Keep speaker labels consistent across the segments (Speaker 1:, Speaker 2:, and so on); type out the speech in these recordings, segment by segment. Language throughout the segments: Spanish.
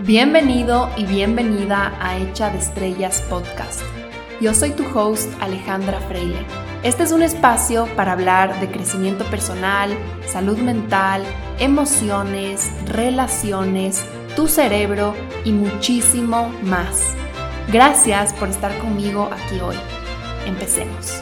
Speaker 1: Bienvenido y bienvenida a Hecha de Estrellas Podcast. Yo soy tu host Alejandra Freile. Este es un espacio para hablar de crecimiento personal, salud mental, emociones, relaciones, tu cerebro y muchísimo más. Gracias por estar conmigo aquí hoy. Empecemos.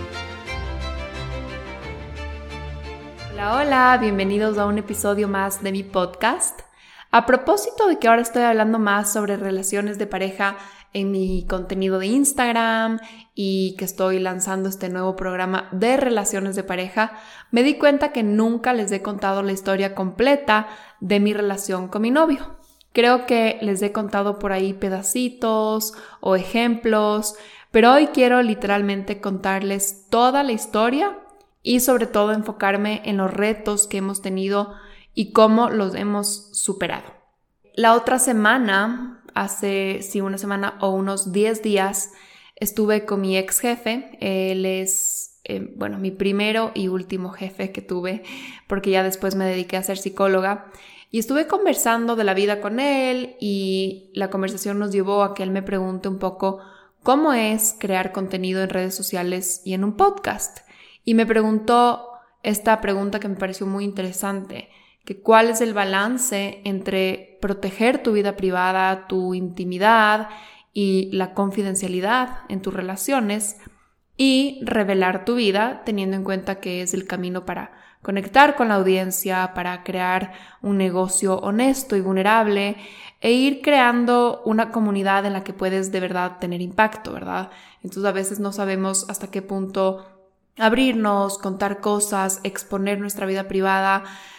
Speaker 1: Hola, bienvenidos a un episodio más de mi podcast. A propósito de que ahora estoy hablando más sobre relaciones de pareja en mi contenido de Instagram y que estoy lanzando este nuevo programa de relaciones de pareja, me di cuenta que nunca les he contado la historia completa de mi relación con mi novio. Creo que les he contado por ahí pedacitos o ejemplos, pero hoy quiero literalmente contarles toda la historia y sobre todo enfocarme en los retos que hemos tenido y cómo los hemos superado. La otra semana, hace una semana o unos 10 días, estuve con mi ex jefe. Él es, mi primero y último jefe que tuve, porque ya después me dediqué a ser psicóloga. Y estuve conversando de la vida con él y la conversación nos llevó a que él me pregunte un poco cómo es crear contenido en redes sociales y en un podcast. Y me preguntó esta pregunta que me pareció muy interesante, que cuál es el balance entre proteger tu vida privada, tu intimidad y la confidencialidad en tus relaciones y revelar tu vida teniendo en cuenta que es el camino para conectar con la audiencia, para crear un negocio honesto y vulnerable e ir creando una comunidad en la que puedes de verdad tener impacto, ¿verdad? Entonces a veces no sabemos hasta qué punto abrirnos, contar cosas, exponer nuestra vida privada.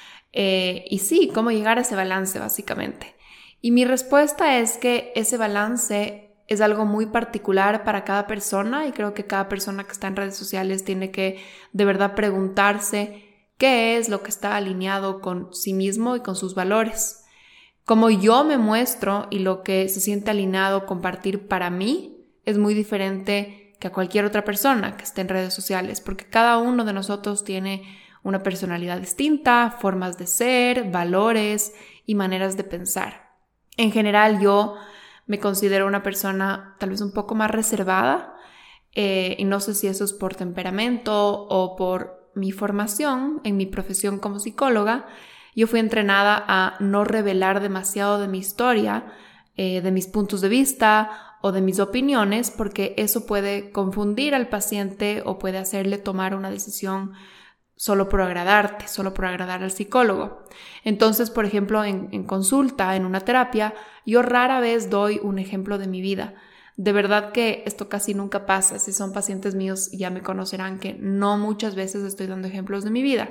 Speaker 1: Y sí, cómo llegar a ese balance básicamente. Y mi respuesta es que ese balance es algo muy particular para cada persona y creo que cada persona que está en redes sociales tiene que de verdad preguntarse qué es lo que está alineado con sí mismo y con sus valores. Como yo me muestro y lo que se siente alineado compartir para mí es muy diferente que a cualquier otra persona que esté en redes sociales, porque cada uno de nosotros tiene una personalidad distinta, formas de ser, valores y maneras de pensar. En general, yo me considero una persona tal vez un poco más reservada y no sé si eso es por temperamento o por mi formación en mi profesión como psicóloga. Yo fui entrenada a no revelar demasiado de mi historia, de mis puntos de vista o de mis opiniones, porque eso puede confundir al paciente o puede hacerle tomar una decisión solo por agradarte, solo por agradar al psicólogo. Entonces, por ejemplo, en consulta, en una terapia, yo rara vez doy un ejemplo de mi vida. De verdad que esto casi nunca pasa. Si son pacientes míos ya me conocerán que no muchas veces estoy dando ejemplos de mi vida.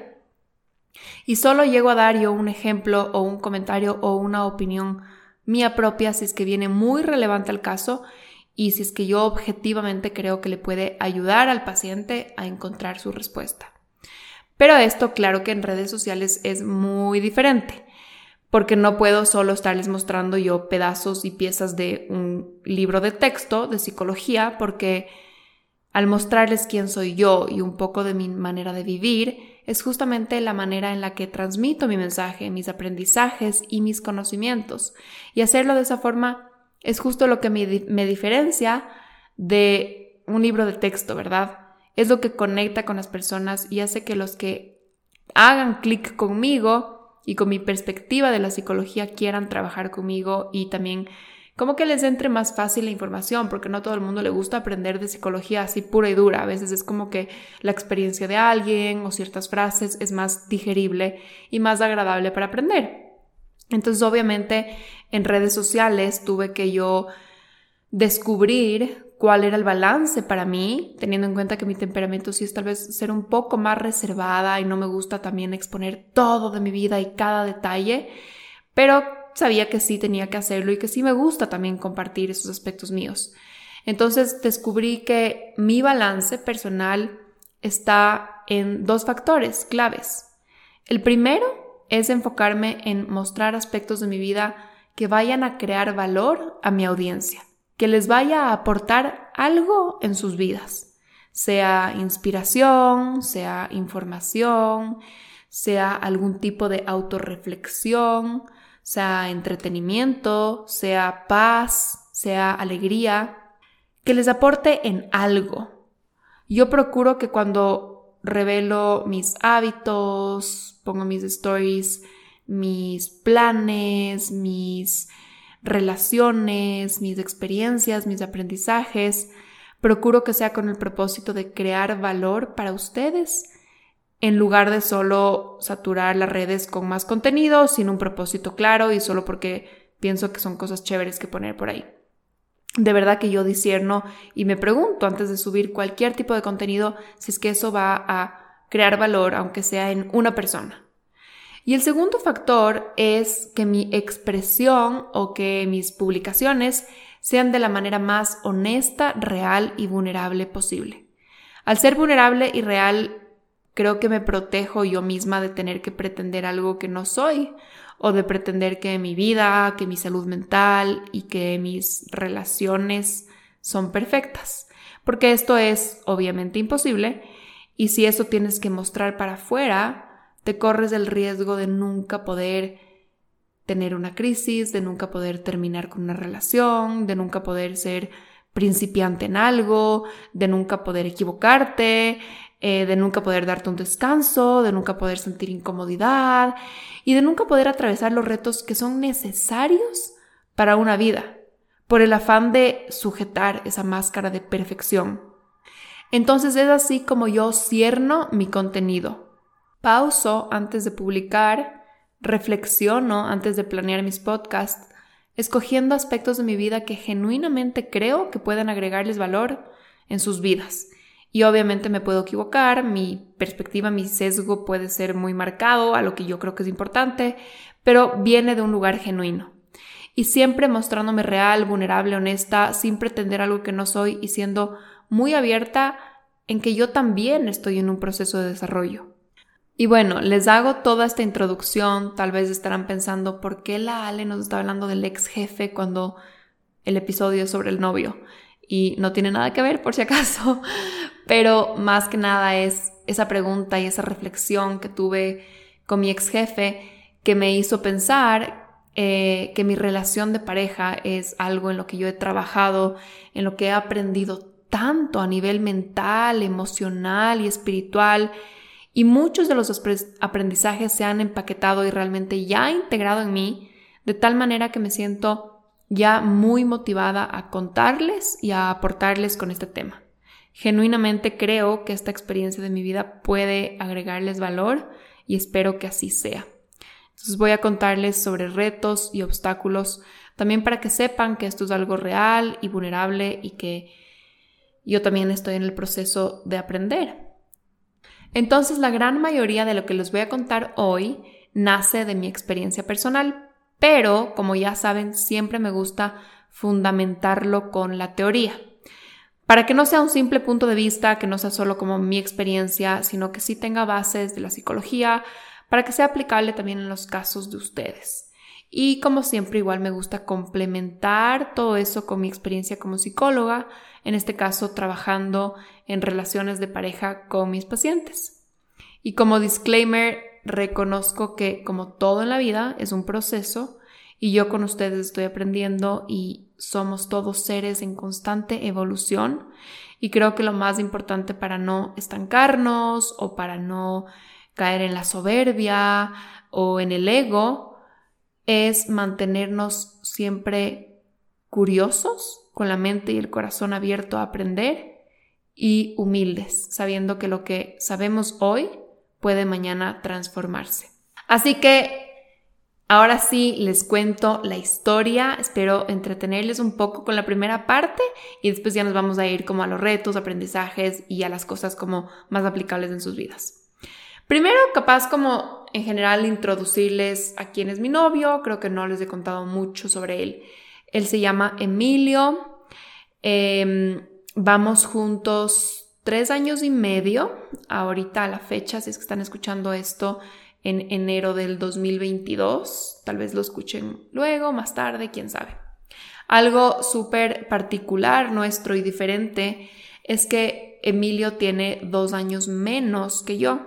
Speaker 1: Y solo llego a dar yo un ejemplo o un comentario o una opinión mía propia si es que viene muy relevante al caso y si es que yo objetivamente creo que le puede ayudar al paciente a encontrar su respuesta. Pero esto, claro que en redes sociales es muy diferente, porque no puedo solo estarles mostrando yo pedazos y piezas de un libro de texto de psicología, porque al mostrarles quién soy yo y un poco de mi manera de vivir, es justamente la manera en la que transmito mi mensaje, mis aprendizajes y mis conocimientos. Y hacerlo de esa forma es justo lo que me diferencia de un libro de texto, ¿verdad? Es lo que conecta con las personas y hace que los que hagan clic conmigo y con mi perspectiva de la psicología quieran trabajar conmigo y también como que les entre más fácil la información, porque no a todo el mundo le gusta aprender de psicología así pura y dura. A veces es como que la experiencia de alguien o ciertas frases es más digerible y más agradable para aprender. Entonces, obviamente, en redes sociales tuve que yo descubrir cuál era el balance para mí, teniendo en cuenta que mi temperamento sí es tal vez ser un poco más reservada y no me gusta también exponer todo de mi vida y cada detalle, pero sabía que sí tenía que hacerlo y que sí me gusta también compartir esos aspectos míos. Entonces descubrí que mi balance personal está en 2 factores claves. El primero es enfocarme en mostrar aspectos de mi vida que vayan a crear valor a mi audiencia, que les vaya a aportar algo en sus vidas, sea inspiración, sea información, sea algún tipo de autorreflexión, sea entretenimiento, sea paz, sea alegría, que les aporte en algo. Yo procuro que cuando revelo mis hábitos, pongo mis stories, mis planes, mis relaciones, mis experiencias, mis aprendizajes, procuro que sea con el propósito de crear valor para ustedes, en lugar de solo saturar las redes con más contenido sin un propósito claro y solo porque pienso que son cosas chéveres que poner por ahí. De verdad que yo discierno y me pregunto antes de subir cualquier tipo de contenido si es que eso va a crear valor, aunque sea en una persona. Y el segundo factor es que mi expresión o que mis publicaciones sean de la manera más honesta, real y vulnerable posible. Al ser vulnerable y real, creo que me protejo yo misma de tener que pretender algo que no soy, o de pretender que mi vida, que mi salud mental y que mis relaciones son perfectas. Porque esto es obviamente imposible, y si eso tienes que mostrar para afuera, te corres el riesgo de nunca poder tener una crisis, de nunca poder terminar con una relación, de nunca poder ser principiante en algo, de nunca poder equivocarte, de nunca poder darte un descanso, de nunca poder sentir incomodidad y de nunca poder atravesar los retos que son necesarios para una vida, por el afán de sujetar esa máscara de perfección. Entonces es así como yo cierno mi contenido. Pauso antes de publicar, reflexiono antes de planear mis podcasts, escogiendo aspectos de mi vida que genuinamente creo que pueden agregarles valor en sus vidas. Y obviamente me puedo equivocar, mi perspectiva, mi sesgo puede ser muy marcado a lo que yo creo que es importante, pero viene de un lugar genuino. Y siempre mostrándome real, vulnerable, honesta, sin pretender algo que no soy y siendo muy abierta en que yo también estoy en un proceso de desarrollo. Y bueno, les hago toda esta introducción, tal vez estarán pensando, ¿por qué la Ale nos está hablando del ex jefe cuando el episodio es sobre el novio? Y no tiene nada que ver, por si acaso, pero más que nada es esa pregunta y esa reflexión que tuve con mi ex jefe que me hizo pensar que mi relación de pareja es algo en lo que yo he trabajado, en lo que he aprendido tanto a nivel mental, emocional y espiritual, y muchos de los aprendizajes se han empaquetado y realmente ya integrado en mí, de tal manera que me siento ya muy motivada a contarles y a aportarles con este tema. Genuinamente creo que esta experiencia de mi vida puede agregarles valor y espero que así sea. Entonces voy a contarles sobre retos y obstáculos, también para que sepan que esto es algo real y vulnerable y que yo también estoy en el proceso de aprender. Entonces, la gran mayoría de lo que les voy a contar hoy nace de mi experiencia personal, pero como ya saben, siempre me gusta fundamentarlo con la teoría, para que no sea un simple punto de vista, que no sea solo como mi experiencia, sino que sí tenga bases de la psicología, para que sea aplicable también en los casos de ustedes. Y como siempre, igual me gusta complementar todo eso con mi experiencia como psicóloga, en este caso trabajando en relaciones de pareja con mis pacientes. Y como disclaimer, reconozco que como todo en la vida es un proceso y yo con ustedes estoy aprendiendo y somos todos seres en constante evolución, y creo que lo más importante para no estancarnos o para no caer en la soberbia o en el ego es mantenernos siempre curiosos, con la mente y el corazón abierto a aprender y humildes, sabiendo que lo que sabemos hoy puede mañana transformarse. Así que ahora sí les cuento la historia, espero entretenerles un poco con la primera parte y después ya nos vamos a ir como a los retos, aprendizajes y a las cosas como más aplicables en sus vidas. Primero, capaz como en general introducirles a quién es mi novio, creo que no les he contado mucho sobre él. Él se llama Emilio, vamos juntos 3 años y medio, ahorita a la fecha, si es que están escuchando esto en enero del 2022, tal vez lo escuchen luego, más tarde, quién sabe. Algo súper particular nuestro y diferente es que Emilio tiene 2 años menos que yo.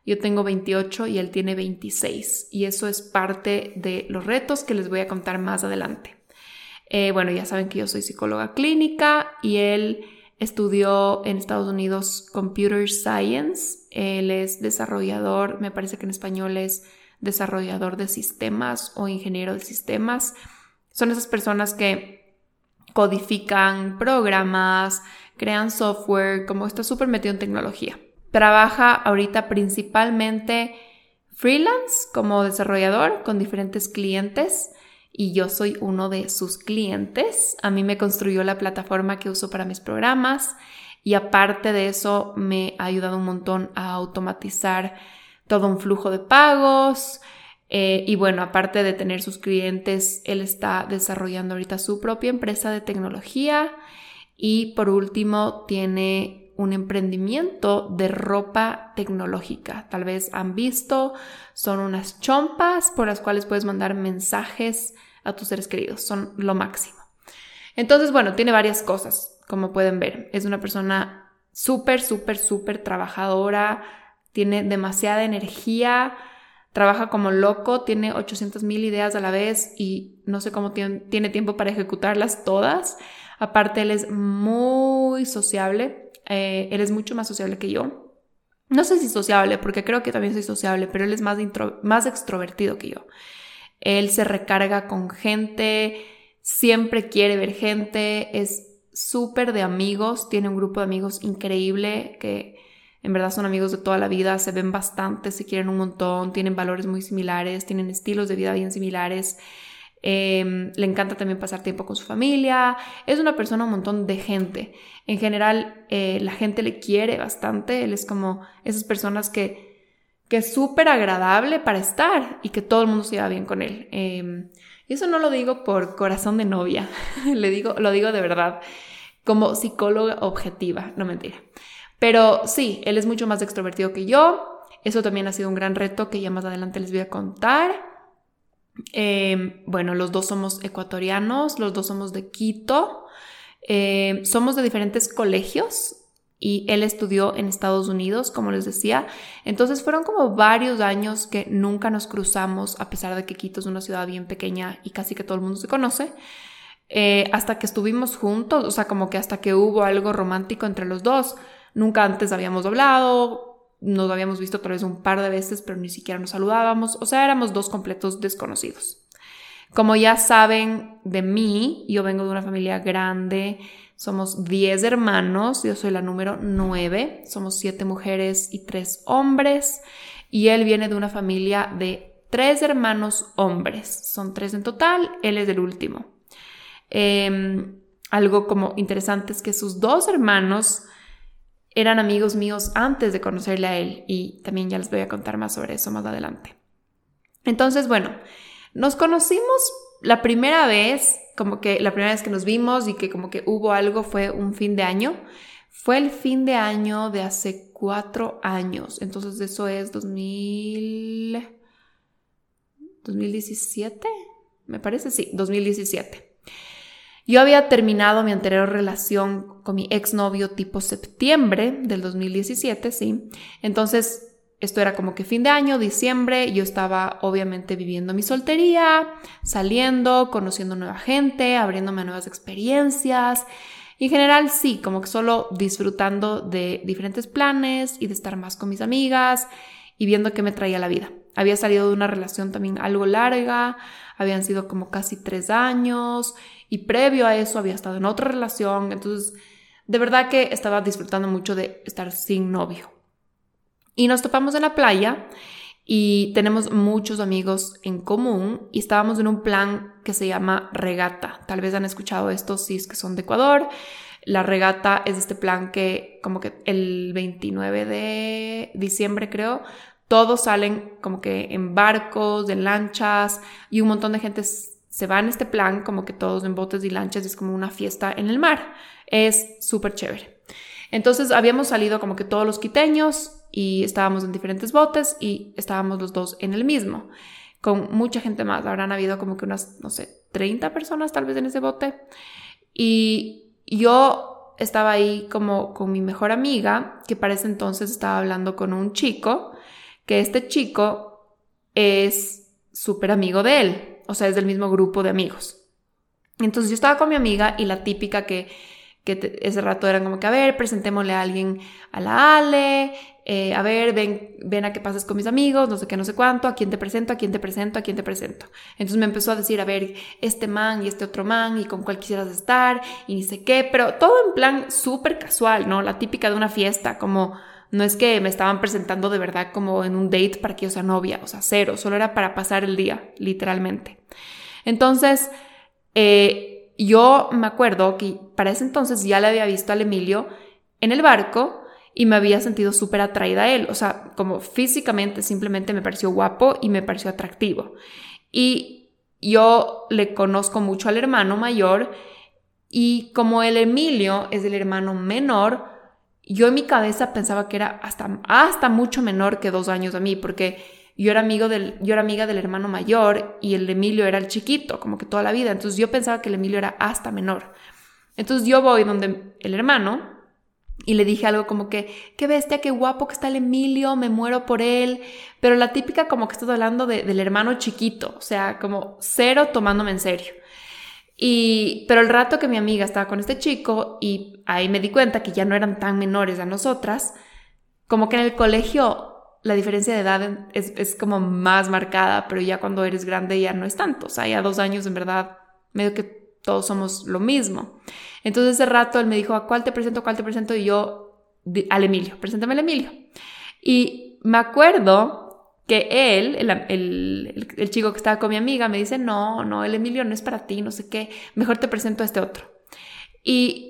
Speaker 1: Yo tengo 28 y él tiene 26 y eso es parte de los retos que les voy a contar más adelante. Bueno, ya saben que yo soy psicóloga clínica y él estudió en Estados Unidos Computer Science. Él es desarrollador, me parece que en español es desarrollador de sistemas o ingeniero de sistemas. Son esas personas que codifican programas, crean software, como está súper metido en tecnología. Trabaja ahorita principalmente freelance como desarrollador con diferentes clientes y yo soy uno de sus clientes. A mí me construyó la plataforma que uso para mis programas y aparte de eso me ha ayudado un montón a automatizar todo un flujo de pagos. Y bueno, aparte de tener sus clientes, él está desarrollando ahorita su propia empresa de tecnología y por último tiene un emprendimiento de ropa tecnológica. Tal vez han visto, son unas chompas por las cuales puedes mandar mensajes a tus seres queridos. Son lo máximo. Entonces, bueno, tiene varias cosas, como pueden ver. Es una persona súper trabajadora, tiene demasiada energía, trabaja como loco, tiene 800,000 ideas a la vez y no sé cómo tiene tiempo para ejecutarlas todas. Aparte, él es muy sociable. Él es mucho más sociable que yo. No sé si sociable, porque creo que también soy sociable, pero él es más extrovertido que yo. Él se recarga con gente, siempre quiere ver gente, es súper de amigos, tiene un grupo de amigos increíble que en verdad son amigos de toda la vida, se ven bastante, se quieren un montón, tienen valores muy similares, tienen estilos de vida bien similares. Le encanta también pasar tiempo con su familia, es una persona un montón de gente. En general, la gente le quiere bastante, él es como esas personas que es súper agradable para estar y que todo el mundo se lleva bien con él. Y eso no lo digo por corazón de novia, lo digo de verdad, como psicóloga objetiva, no mentira. Pero sí, él es mucho más extrovertido que yo, eso también ha sido un gran reto que ya más adelante les voy a contar. Bueno, los dos somos ecuatorianos, los dos somos de Quito, somos de diferentes colegios y él estudió en Estados Unidos, como les decía. Entonces fueron como varios años que nunca nos cruzamos, a pesar de que Quito es una ciudad bien pequeña y casi que todo el mundo se conoce, hasta que estuvimos juntos, o sea, como que hasta que hubo algo romántico entre los dos. Nunca antes habíamos hablado, nos habíamos visto tal vez un par de veces, pero ni siquiera nos saludábamos. O sea, éramos dos completos desconocidos. Como ya saben de mí, yo vengo de una familia grande. Somos 10 hermanos. Yo soy la número 9. Somos 7 mujeres y 3 hombres. Y él viene de una familia de 3 hermanos hombres. Son 3 en total. Él es el último. Algo como interesante es que sus 2 hermanos eran amigos míos antes de conocerle a él y también ya les voy a contar más sobre eso más adelante. Entonces, bueno, nos conocimos la primera vez, como que la primera vez que nos vimos y que como que hubo algo fue un fin de año. Fue el fin de año de hace 4 años, entonces eso es 2017, me parece, sí, 2017. Yo había terminado mi anterior relación con mi exnovio tipo septiembre del 2017, sí. Entonces, esto era como que fin de año, diciembre. Yo estaba obviamente viviendo mi soltería, saliendo, conociendo nueva gente, abriéndome a nuevas experiencias. Y en general, sí, como que solo disfrutando de diferentes planes y de estar más con mis amigas y viendo qué me traía la vida. Había salido de una relación también algo larga, habían sido como casi 3 años y previo a eso había estado en otra relación, entonces de verdad que estaba disfrutando mucho de estar sin novio. Y nos topamos en la playa y tenemos muchos amigos en común y estábamos en un plan que se llama regata. Tal vez han escuchado esto si es que son de Ecuador. La regata es este plan que como que el 29 de diciembre creo, todos salen como que en barcos, en lanchas y un montón de gente se va en este plan como que todos en botes y lanchas, es como una fiesta en el mar. Es súper chévere. Entonces habíamos salido como que todos los quiteños y estábamos en diferentes botes y estábamos los dos en el mismo, con mucha gente más. Habrán habido como que unas, no sé, 30 personas tal vez en ese bote. Y yo estaba ahí como con mi mejor amiga, que para ese entonces estaba hablando con un chico que este chico es súper amigo de él, o sea, es del mismo grupo de amigos. Entonces yo estaba con mi amiga y la típica que ese rato eran como que, a ver, presentémosle a alguien a la Ale, a ver, ven a que pases con mis amigos, no sé qué, no sé cuánto, a quién te presento, a quién te presento, a quién te presento. Entonces me empezó a decir, a ver, este man y este otro man y con cuál quisieras estar y ni sé qué, pero todo en plan súper casual, ¿no? La típica de una fiesta, como no es que me estaban presentando de verdad como en un date para que yo sea novia, o sea, cero, solo era para pasar el día, literalmente. Entonces, yo me acuerdo que para ese entonces ya le había visto al Emilio en el barco y me había sentido súper atraída a él, o sea, como físicamente simplemente me pareció guapo y me pareció atractivo. Y yo le conozco mucho al hermano mayor y como el Emilio es el hermano menor, yo en mi cabeza pensaba que era hasta mucho menor que 2 años a mí, porque yo era amiga del hermano mayor y el Emilio era el chiquito, como que toda la vida. Entonces yo pensaba que el Emilio era hasta menor. Entonces yo voy donde el hermano y le dije algo como que, qué bestia, qué guapo que está el Emilio, me muero por él. Pero la típica como que estás hablando del hermano chiquito, o sea, como cero tomándome en serio. Pero el rato que mi amiga estaba con este chico y ahí me di cuenta que ya no eran tan menores a nosotras, como que en el colegio la diferencia de edad es como más marcada, pero ya cuando eres grande ya no es tanto, o sea, ya 2 años en verdad, medio que todos somos lo mismo. Entonces ese rato él me dijo, ¿a cuál te presento? Y yo, al Emilio, preséntame al Emilio. Y me acuerdo que él, el chico que estaba con mi amiga, me dice, no, el Emilio no es para ti, no sé qué, mejor te presento a este otro. Y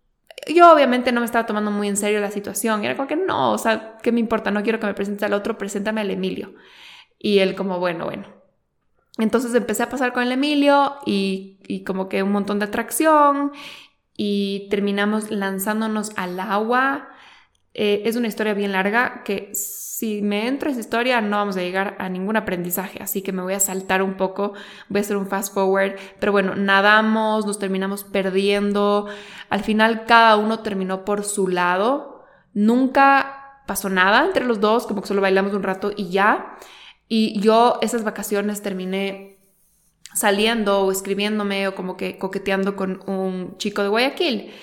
Speaker 1: yo obviamente no me estaba tomando muy en serio la situación, era como que no, o sea, ¿qué me importa? No quiero que me presentes al otro, preséntame al Emilio. Y él como, bueno. Entonces empecé a pasar con el Emilio y como que un montón de atracción y terminamos lanzándonos al agua. Es una historia bien larga que si me entro a esa historia no vamos a llegar a ningún aprendizaje, así que me voy a saltar un poco, voy a hacer un fast forward, pero bueno, nadamos, nos terminamos perdiendo, al final cada uno terminó por su lado, nunca pasó nada entre los dos, como que solo bailamos un rato y ya, y yo esas vacaciones terminé saliendo o escribiéndome o como que coqueteando con un chico de Guayaquil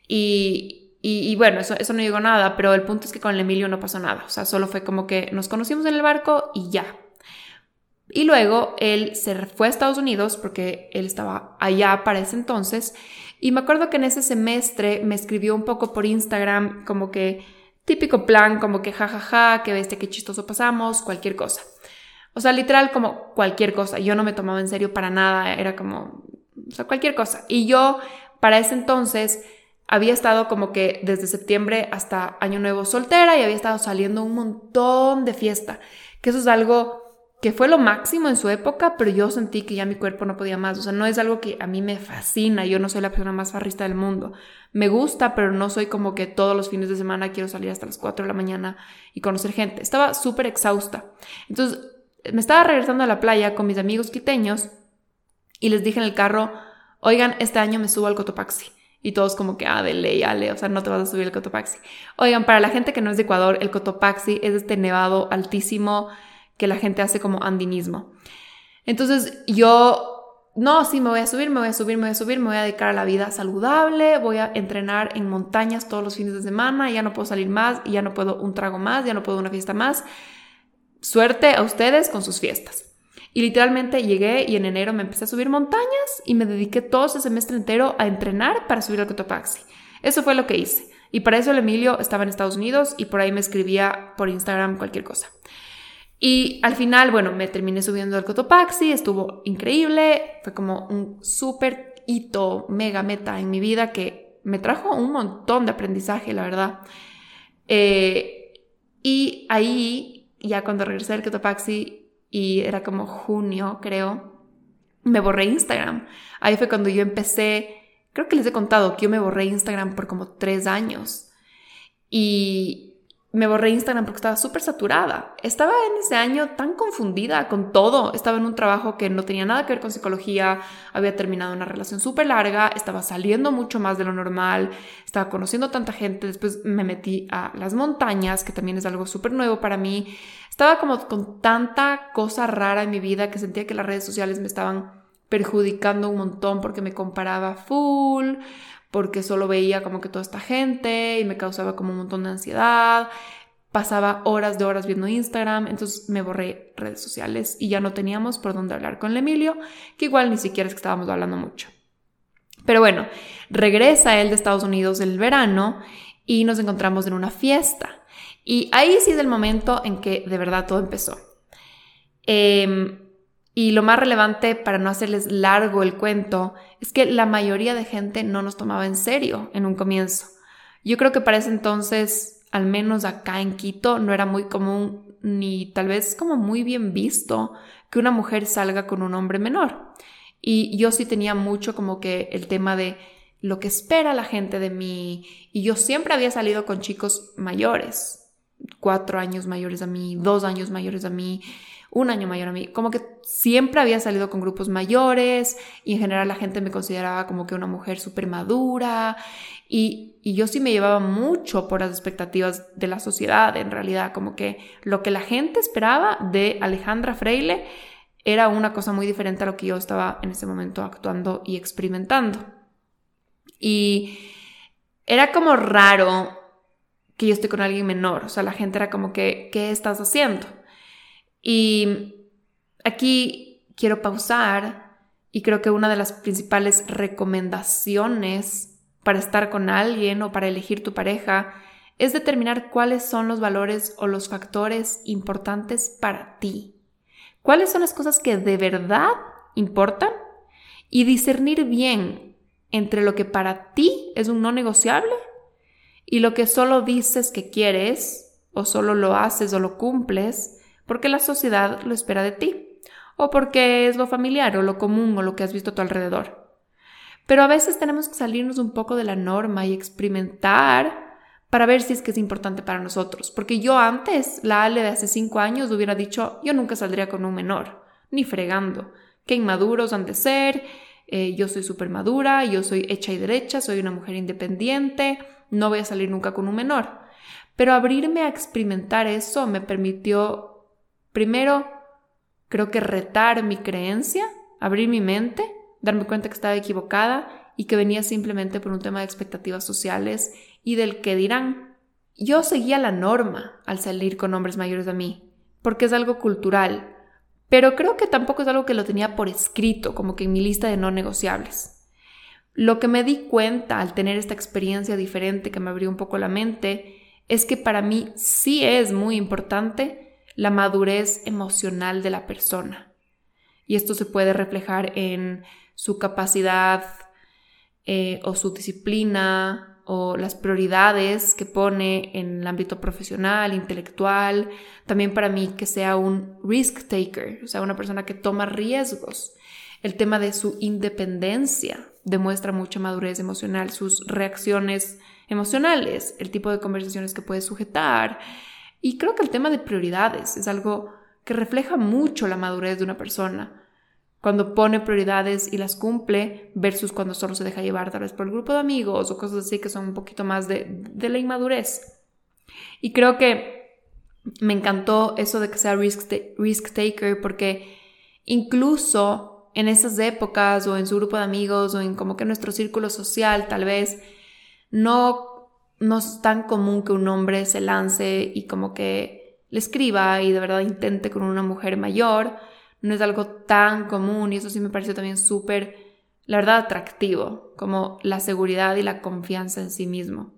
Speaker 1: y bueno, eso no llegó a nada, pero el punto es que con el Emilio no pasó nada, o sea, solo fue como que nos conocimos en el barco y ya. Y luego él se fue a Estados Unidos porque él estaba allá para ese entonces y me acuerdo que en ese semestre me escribió un poco por Instagram como que típico plan, como que jajaja, que bestia, qué chistoso pasamos, cualquier cosa. O sea, literal como cualquier cosa, yo no me tomaba en serio para nada, era como, o sea, cualquier cosa. Y yo para ese entonces había estado como que desde septiembre hasta Año Nuevo soltera y había estado saliendo un montón de fiesta, que eso es algo que fue lo máximo en su época, pero yo sentí que ya mi cuerpo no podía más, o sea, no es algo que a mí me fascina, yo no soy la persona más farrista del mundo, me gusta, pero no soy como que todos los fines de semana quiero salir hasta las 4 de la mañana y conocer gente, estaba súper exhausta. Entonces me estaba regresando a la playa con mis amigos quiteños y les dije en el carro, oigan, este año me subo al Cotopaxi. Y todos como que, de ley, Ale, o sea, no te vas a subir al Cotopaxi. Oigan, para la gente que no es de Ecuador, el Cotopaxi es este nevado altísimo que la gente hace como andinismo. Entonces yo, no, sí, me voy a subir, me voy a dedicar a la vida saludable, voy a entrenar en montañas todos los fines de semana, ya no puedo salir más, ya no puedo un trago más, ya no puedo una fiesta más. Suerte a ustedes con sus fiestas. Y literalmente llegué y en enero me empecé a subir montañas y me dediqué todo ese semestre entero a entrenar para subir al Cotopaxi. Eso fue lo que hice. Y para eso el Emilio estaba en Estados Unidos y por ahí me escribía por Instagram cualquier cosa. Y al final, bueno, me terminé subiendo al Cotopaxi, estuvo increíble, fue como un súper hito, mega meta en mi vida que me trajo un montón de aprendizaje, la verdad. Y ahí, ya cuando regresé del Cotopaxi, y era como junio, creo, me borré Instagram. Ahí fue cuando yo empecé, creo que les he contado que yo me borré Instagram por como 3 años. Y me borré Instagram porque estaba súper saturada. Estaba en ese año tan confundida con todo. Estaba en un trabajo que no tenía nada que ver con psicología. Había terminado una relación súper larga. Estaba saliendo mucho más de lo normal. Estaba conociendo tanta gente. Después me metí a las montañas, que también es algo súper nuevo para mí. Estaba como con tanta cosa rara en mi vida que sentía que las redes sociales me estaban perjudicando un montón porque me comparaba full, porque solo veía como que toda esta gente y me causaba como un montón de ansiedad. Pasaba horas de horas viendo Instagram, entonces me borré redes sociales y ya no teníamos por dónde hablar con el Emilio, que igual ni siquiera es que estábamos hablando mucho. Pero bueno, regresa él de Estados Unidos el verano y nos encontramos en una fiesta. Y ahí sí es el momento en que de verdad todo empezó. Y lo más relevante, para no hacerles largo el cuento, es que la mayoría de gente no nos tomaba en serio en un comienzo. Yo creo que para ese entonces, al menos acá en Quito, no era muy común ni tal vez como muy bien visto que una mujer salga con un hombre menor. Y yo sí tenía mucho como que el tema de lo que espera la gente de mí. Y yo siempre había salido con chicos mayores, 4 años mayores a mí, 2 años mayores a mí, 1 año mayor a mí, como que siempre había salido con grupos mayores y en general la gente me consideraba como que una mujer súper madura y yo sí me llevaba mucho por las expectativas de la sociedad, en realidad, como que lo que la gente esperaba de Alejandra Freile era una cosa muy diferente a lo que yo estaba en ese momento actuando y experimentando. Y era como raro que yo esté con alguien menor, o sea, la gente era como que, ¿qué estás haciendo? Y aquí quiero pausar y creo que una de las principales recomendaciones para estar con alguien o para elegir tu pareja es determinar cuáles son los valores o los factores importantes para ti. ¿Cuáles son las cosas que de verdad importan? Y discernir bien entre lo que para ti es un no negociable y lo que solo dices que quieres o solo lo haces o lo cumples porque la sociedad lo espera de ti, o porque es lo familiar o lo común o lo que has visto a tu alrededor. Pero a veces tenemos que salirnos un poco de la norma y experimentar para ver si es que es importante para nosotros. Porque yo antes, la Ale de hace 5 años, hubiera dicho, yo nunca saldría con un menor, ni fregando. Qué inmaduros han de ser, yo soy súper madura, yo soy hecha y derecha, soy una mujer independiente, no voy a salir nunca con un menor. Pero abrirme a experimentar eso me permitió, primero, creo que retar mi creencia, abrir mi mente, darme cuenta que estaba equivocada y que venía simplemente por un tema de expectativas sociales y del qué dirán. Yo seguía la norma al salir con hombres mayores a mí, porque es algo cultural, pero creo que tampoco es algo que lo tenía por escrito, como que en mi lista de no negociables. Lo que me di cuenta al tener esta experiencia diferente que me abrió un poco la mente es que para mí sí es muy importante la madurez emocional de la persona. Y esto se puede reflejar en su capacidad o su disciplina o las prioridades que pone en el ámbito profesional, intelectual. También para mí que sea un risk taker, o sea, una persona que toma riesgos. El tema de su independencia demuestra mucha madurez emocional, sus reacciones emocionales, el tipo de conversaciones que puede sujetar. Y creo que el tema de prioridades es algo que refleja mucho la madurez de una persona. Cuando pone prioridades y las cumple versus cuando solo se deja llevar tal vez por el grupo de amigos o cosas así que son un poquito más de la inmadurez. Y creo que me encantó eso de que sea risk taker porque incluso en esas épocas o en su grupo de amigos o en como que nuestro círculo social tal vez no es tan común que un hombre se lance y como que le escriba y de verdad intente con una mujer mayor. No es algo tan común y eso sí me pareció también súper, la verdad, atractivo, como la seguridad y la confianza en sí mismo.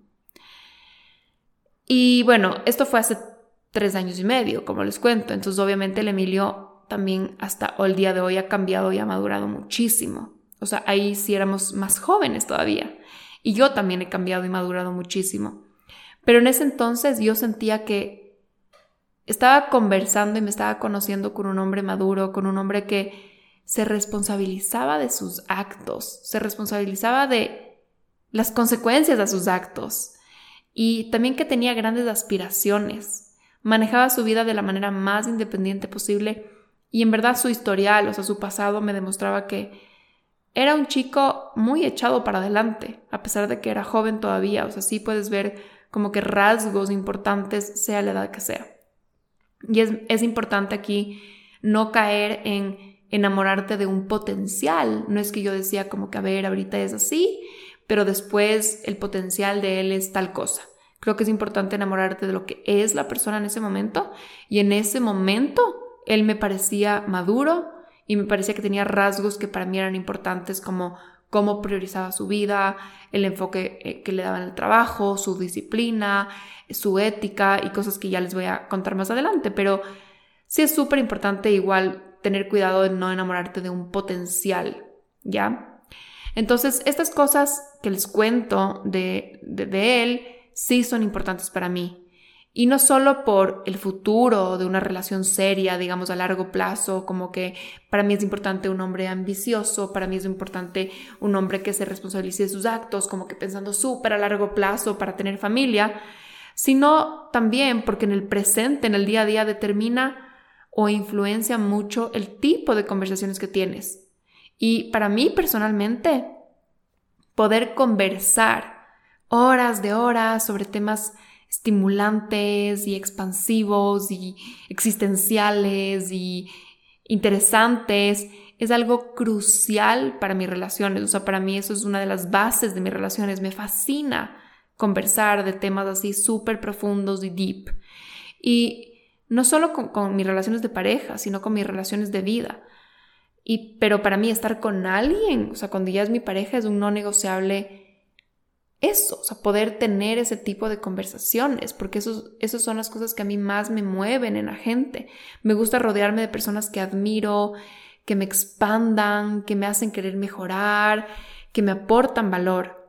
Speaker 1: Y bueno, esto fue hace 3 años y medio, como les cuento. Entonces obviamente el Emilio también hasta el día de hoy ha cambiado y ha madurado muchísimo. O sea, ahí sí éramos más jóvenes todavía. Y yo también he cambiado y madurado muchísimo. Pero en ese entonces yo sentía que estaba conversando y me estaba conociendo con un hombre maduro, con un hombre que se responsabilizaba de sus actos, se responsabilizaba de las consecuencias de sus actos. y también que tenía grandes aspiraciones. Manejaba su vida de la manera más independiente posible y en verdad su historial, o sea, su pasado me demostraba que era un chico muy echado para adelante, a pesar de que era joven todavía. O sea, sí puedes ver como que rasgos importantes, sea la edad que sea. Y es importante aquí no caer en enamorarte de un potencial. No es que yo decía como que, a ver, ahorita es así, pero después el potencial de él es tal cosa. Creo que es importante enamorarte de lo que es la persona en ese momento. Y en ese momento él me parecía maduro y me parecía que tenía rasgos que para mí eran importantes, como cómo priorizaba su vida, el enfoque que le daba en el trabajo, su disciplina, su ética y cosas que ya les voy a contar más adelante. Pero sí es súper importante igual tener cuidado de no enamorarte de un potencial, ¿ya? Entonces, estas cosas que les cuento de él sí son importantes para mí. Y no solo por el futuro de una relación seria, digamos a largo plazo, como que para mí es importante un hombre ambicioso, para mí es importante un hombre que se responsabilice de sus actos, como que pensando súper a largo plazo para tener familia, sino también porque en el presente, en el día a día, determina o influencia mucho el tipo de conversaciones que tienes. Y para mí personalmente, poder conversar horas de horas sobre temas estimulantes y expansivos y existenciales y interesantes es algo crucial para mis relaciones. O sea, para mí eso es una de las bases de mis relaciones. Me fascina conversar de temas así súper profundos y deep. Y no solo con mis relaciones de pareja, sino con mis relaciones de vida. Pero para mí estar con alguien, o sea, cuando ya es mi pareja, es un no negociable eso, o sea, poder tener ese tipo de conversaciones, porque esos son las cosas que a mí más me mueven en la gente. Me gusta rodearme de personas que admiro, que me expandan, que me hacen querer mejorar, que me aportan valor.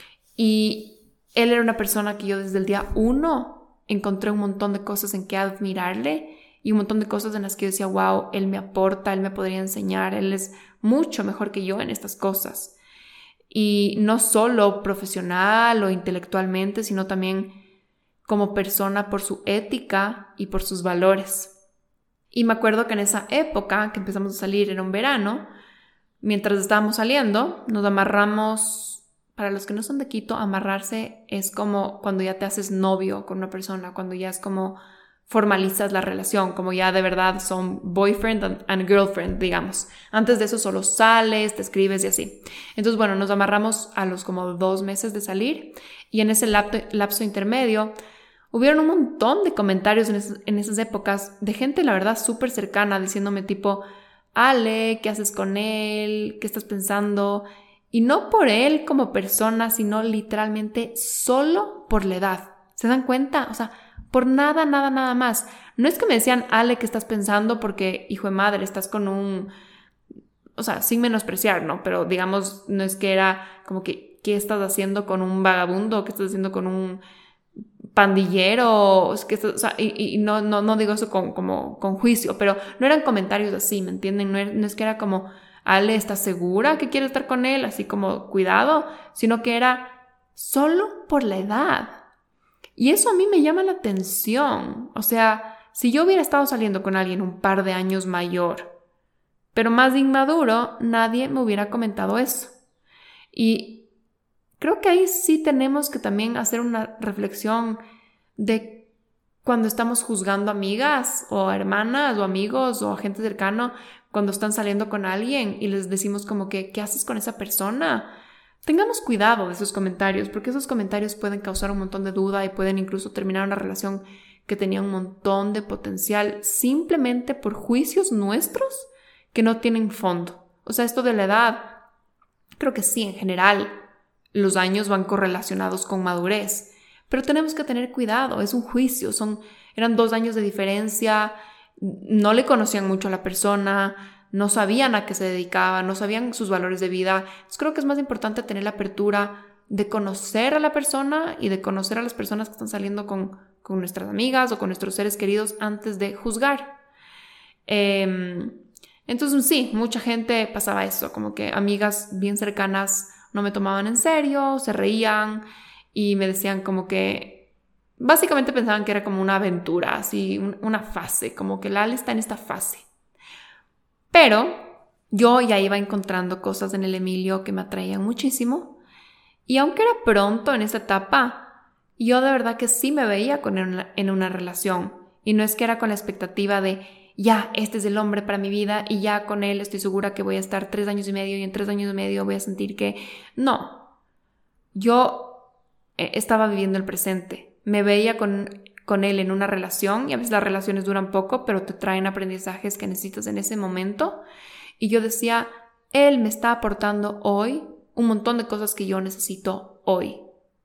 Speaker 1: Y él era una persona que yo desde el día 1 encontré un montón de cosas en que admirarle y un montón de cosas en las que yo decía, wow, él me aporta, él me podría enseñar, él es mucho mejor que yo en estas cosas. Y no solo profesional o intelectualmente, sino también como persona por su ética y por sus valores. Y me acuerdo que en esa época que empezamos a salir, era un verano, mientras estábamos saliendo, nos amarramos. Para los que no son de Quito, amarrarse es como cuando ya te haces novio con una persona, cuando ya es como formalizas la relación, como ya de verdad son boyfriend and girlfriend, digamos. Antes de eso solo sales, te escribes y así. Entonces, bueno, nos amarramos a los como 2 meses de salir y en ese lapso intermedio hubieron un montón de comentarios en esas épocas de gente, la verdad, súper cercana, diciéndome tipo, Ale, ¿qué haces con él? ¿Qué estás pensando? Y no por él como persona, sino literalmente solo por la edad. ¿Se dan cuenta? O sea, por nada más. No es que me decían, Ale, ¿qué estás pensando? Porque, hijo de madre, estás con un... O sea, sin menospreciar, ¿no? Pero digamos, no es que era como que, ¿qué estás haciendo con un vagabundo? ¿Qué estás haciendo con un pandillero? Es que o sea, y no digo eso con juicio, pero no eran comentarios así, ¿me entienden? No es que era como, Ale, ¿estás segura que quieres estar con él? Así como, cuidado, sino que era solo por la edad. Y eso a mí me llama la atención. O sea, si yo hubiera estado saliendo con alguien un par de años mayor, pero más inmaduro, nadie me hubiera comentado eso. Y creo que ahí sí tenemos que también hacer una reflexión de cuando estamos juzgando amigas o hermanas o amigos o gente cercano, cuando están saliendo con alguien y les decimos como que, ¿qué haces con esa persona? Tengamos cuidado de esos comentarios, porque esos comentarios pueden causar un montón de duda y pueden incluso terminar una relación que tenía un montón de potencial simplemente por juicios nuestros que no tienen fondo. O sea, esto de la edad, creo que sí, en general, los años van correlacionados con madurez, pero tenemos que tener cuidado, es un juicio, eran 2 años de diferencia, no le conocían mucho a la persona, no sabían a qué se dedicaba, no sabían sus valores de vida. Entonces creo que es más importante tener la apertura de conocer a la persona y de conocer a las personas que están saliendo con nuestras amigas o con nuestros seres queridos antes de juzgar. Entonces sí, mucha gente pasaba eso, como que amigas bien cercanas no me tomaban en serio, se reían y me decían como que básicamente pensaban que era como una aventura, así una fase, como que Lali está en esta fase. Pero yo ya iba encontrando cosas en el Emilio que me atraían muchísimo, y aunque era pronto en esta etapa, yo de verdad que sí me veía en una relación, y no es que era con la expectativa de ya, este es el hombre para mi vida y ya con él estoy segura que voy a estar 3 años y medio y en 3 años y medio voy a sentir que... No, yo estaba viviendo el presente. Me veía con él en una relación y a veces las relaciones duran poco, pero te traen aprendizajes que necesitas en ese momento. Y yo decía, él me está aportando hoy un montón de cosas que yo necesito hoy.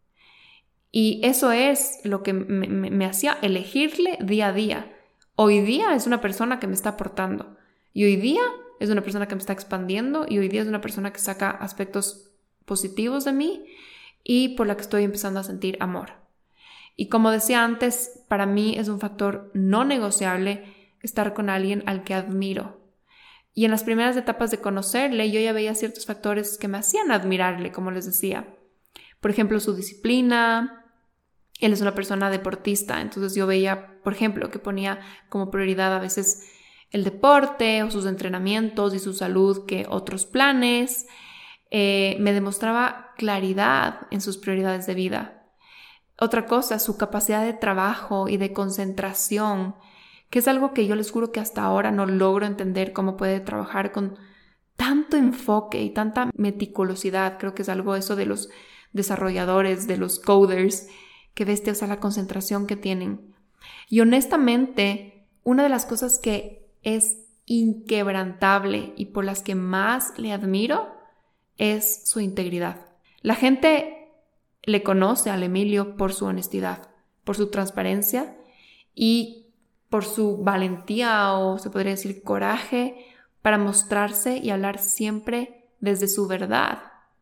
Speaker 1: Y eso es lo que me hacía elegirle día a día. Hoy día es una persona que me está aportando. Y hoy día es una persona que me está expandiendo. Y hoy día es una persona que saca aspectos positivos de mí y por la que estoy empezando a sentir amor. Y como decía antes, para mí es un factor no negociable estar con alguien al que admiro. Y en las primeras etapas de conocerle, yo ya veía ciertos factores que me hacían admirarle, como les decía. Por ejemplo, su disciplina. Él es una persona deportista, entonces yo veía, por ejemplo, que ponía como prioridad a veces el deporte o sus entrenamientos y su salud que otros planes. Me demostraba claridad en sus prioridades de vida. Otra cosa, su capacidad de trabajo y de concentración, que es algo que yo les juro que hasta ahora no logro entender cómo puede trabajar con tanto enfoque y tanta meticulosidad. Creo que es algo eso de los desarrolladores, de los coders, que bestia, o sea, la concentración que tienen. Y honestamente, una de las cosas que es inquebrantable y por las que más le admiro es su integridad. La gente le conoce al Emilio por su honestidad, por su transparencia y por su valentía o se podría decir coraje para mostrarse y hablar siempre desde su verdad.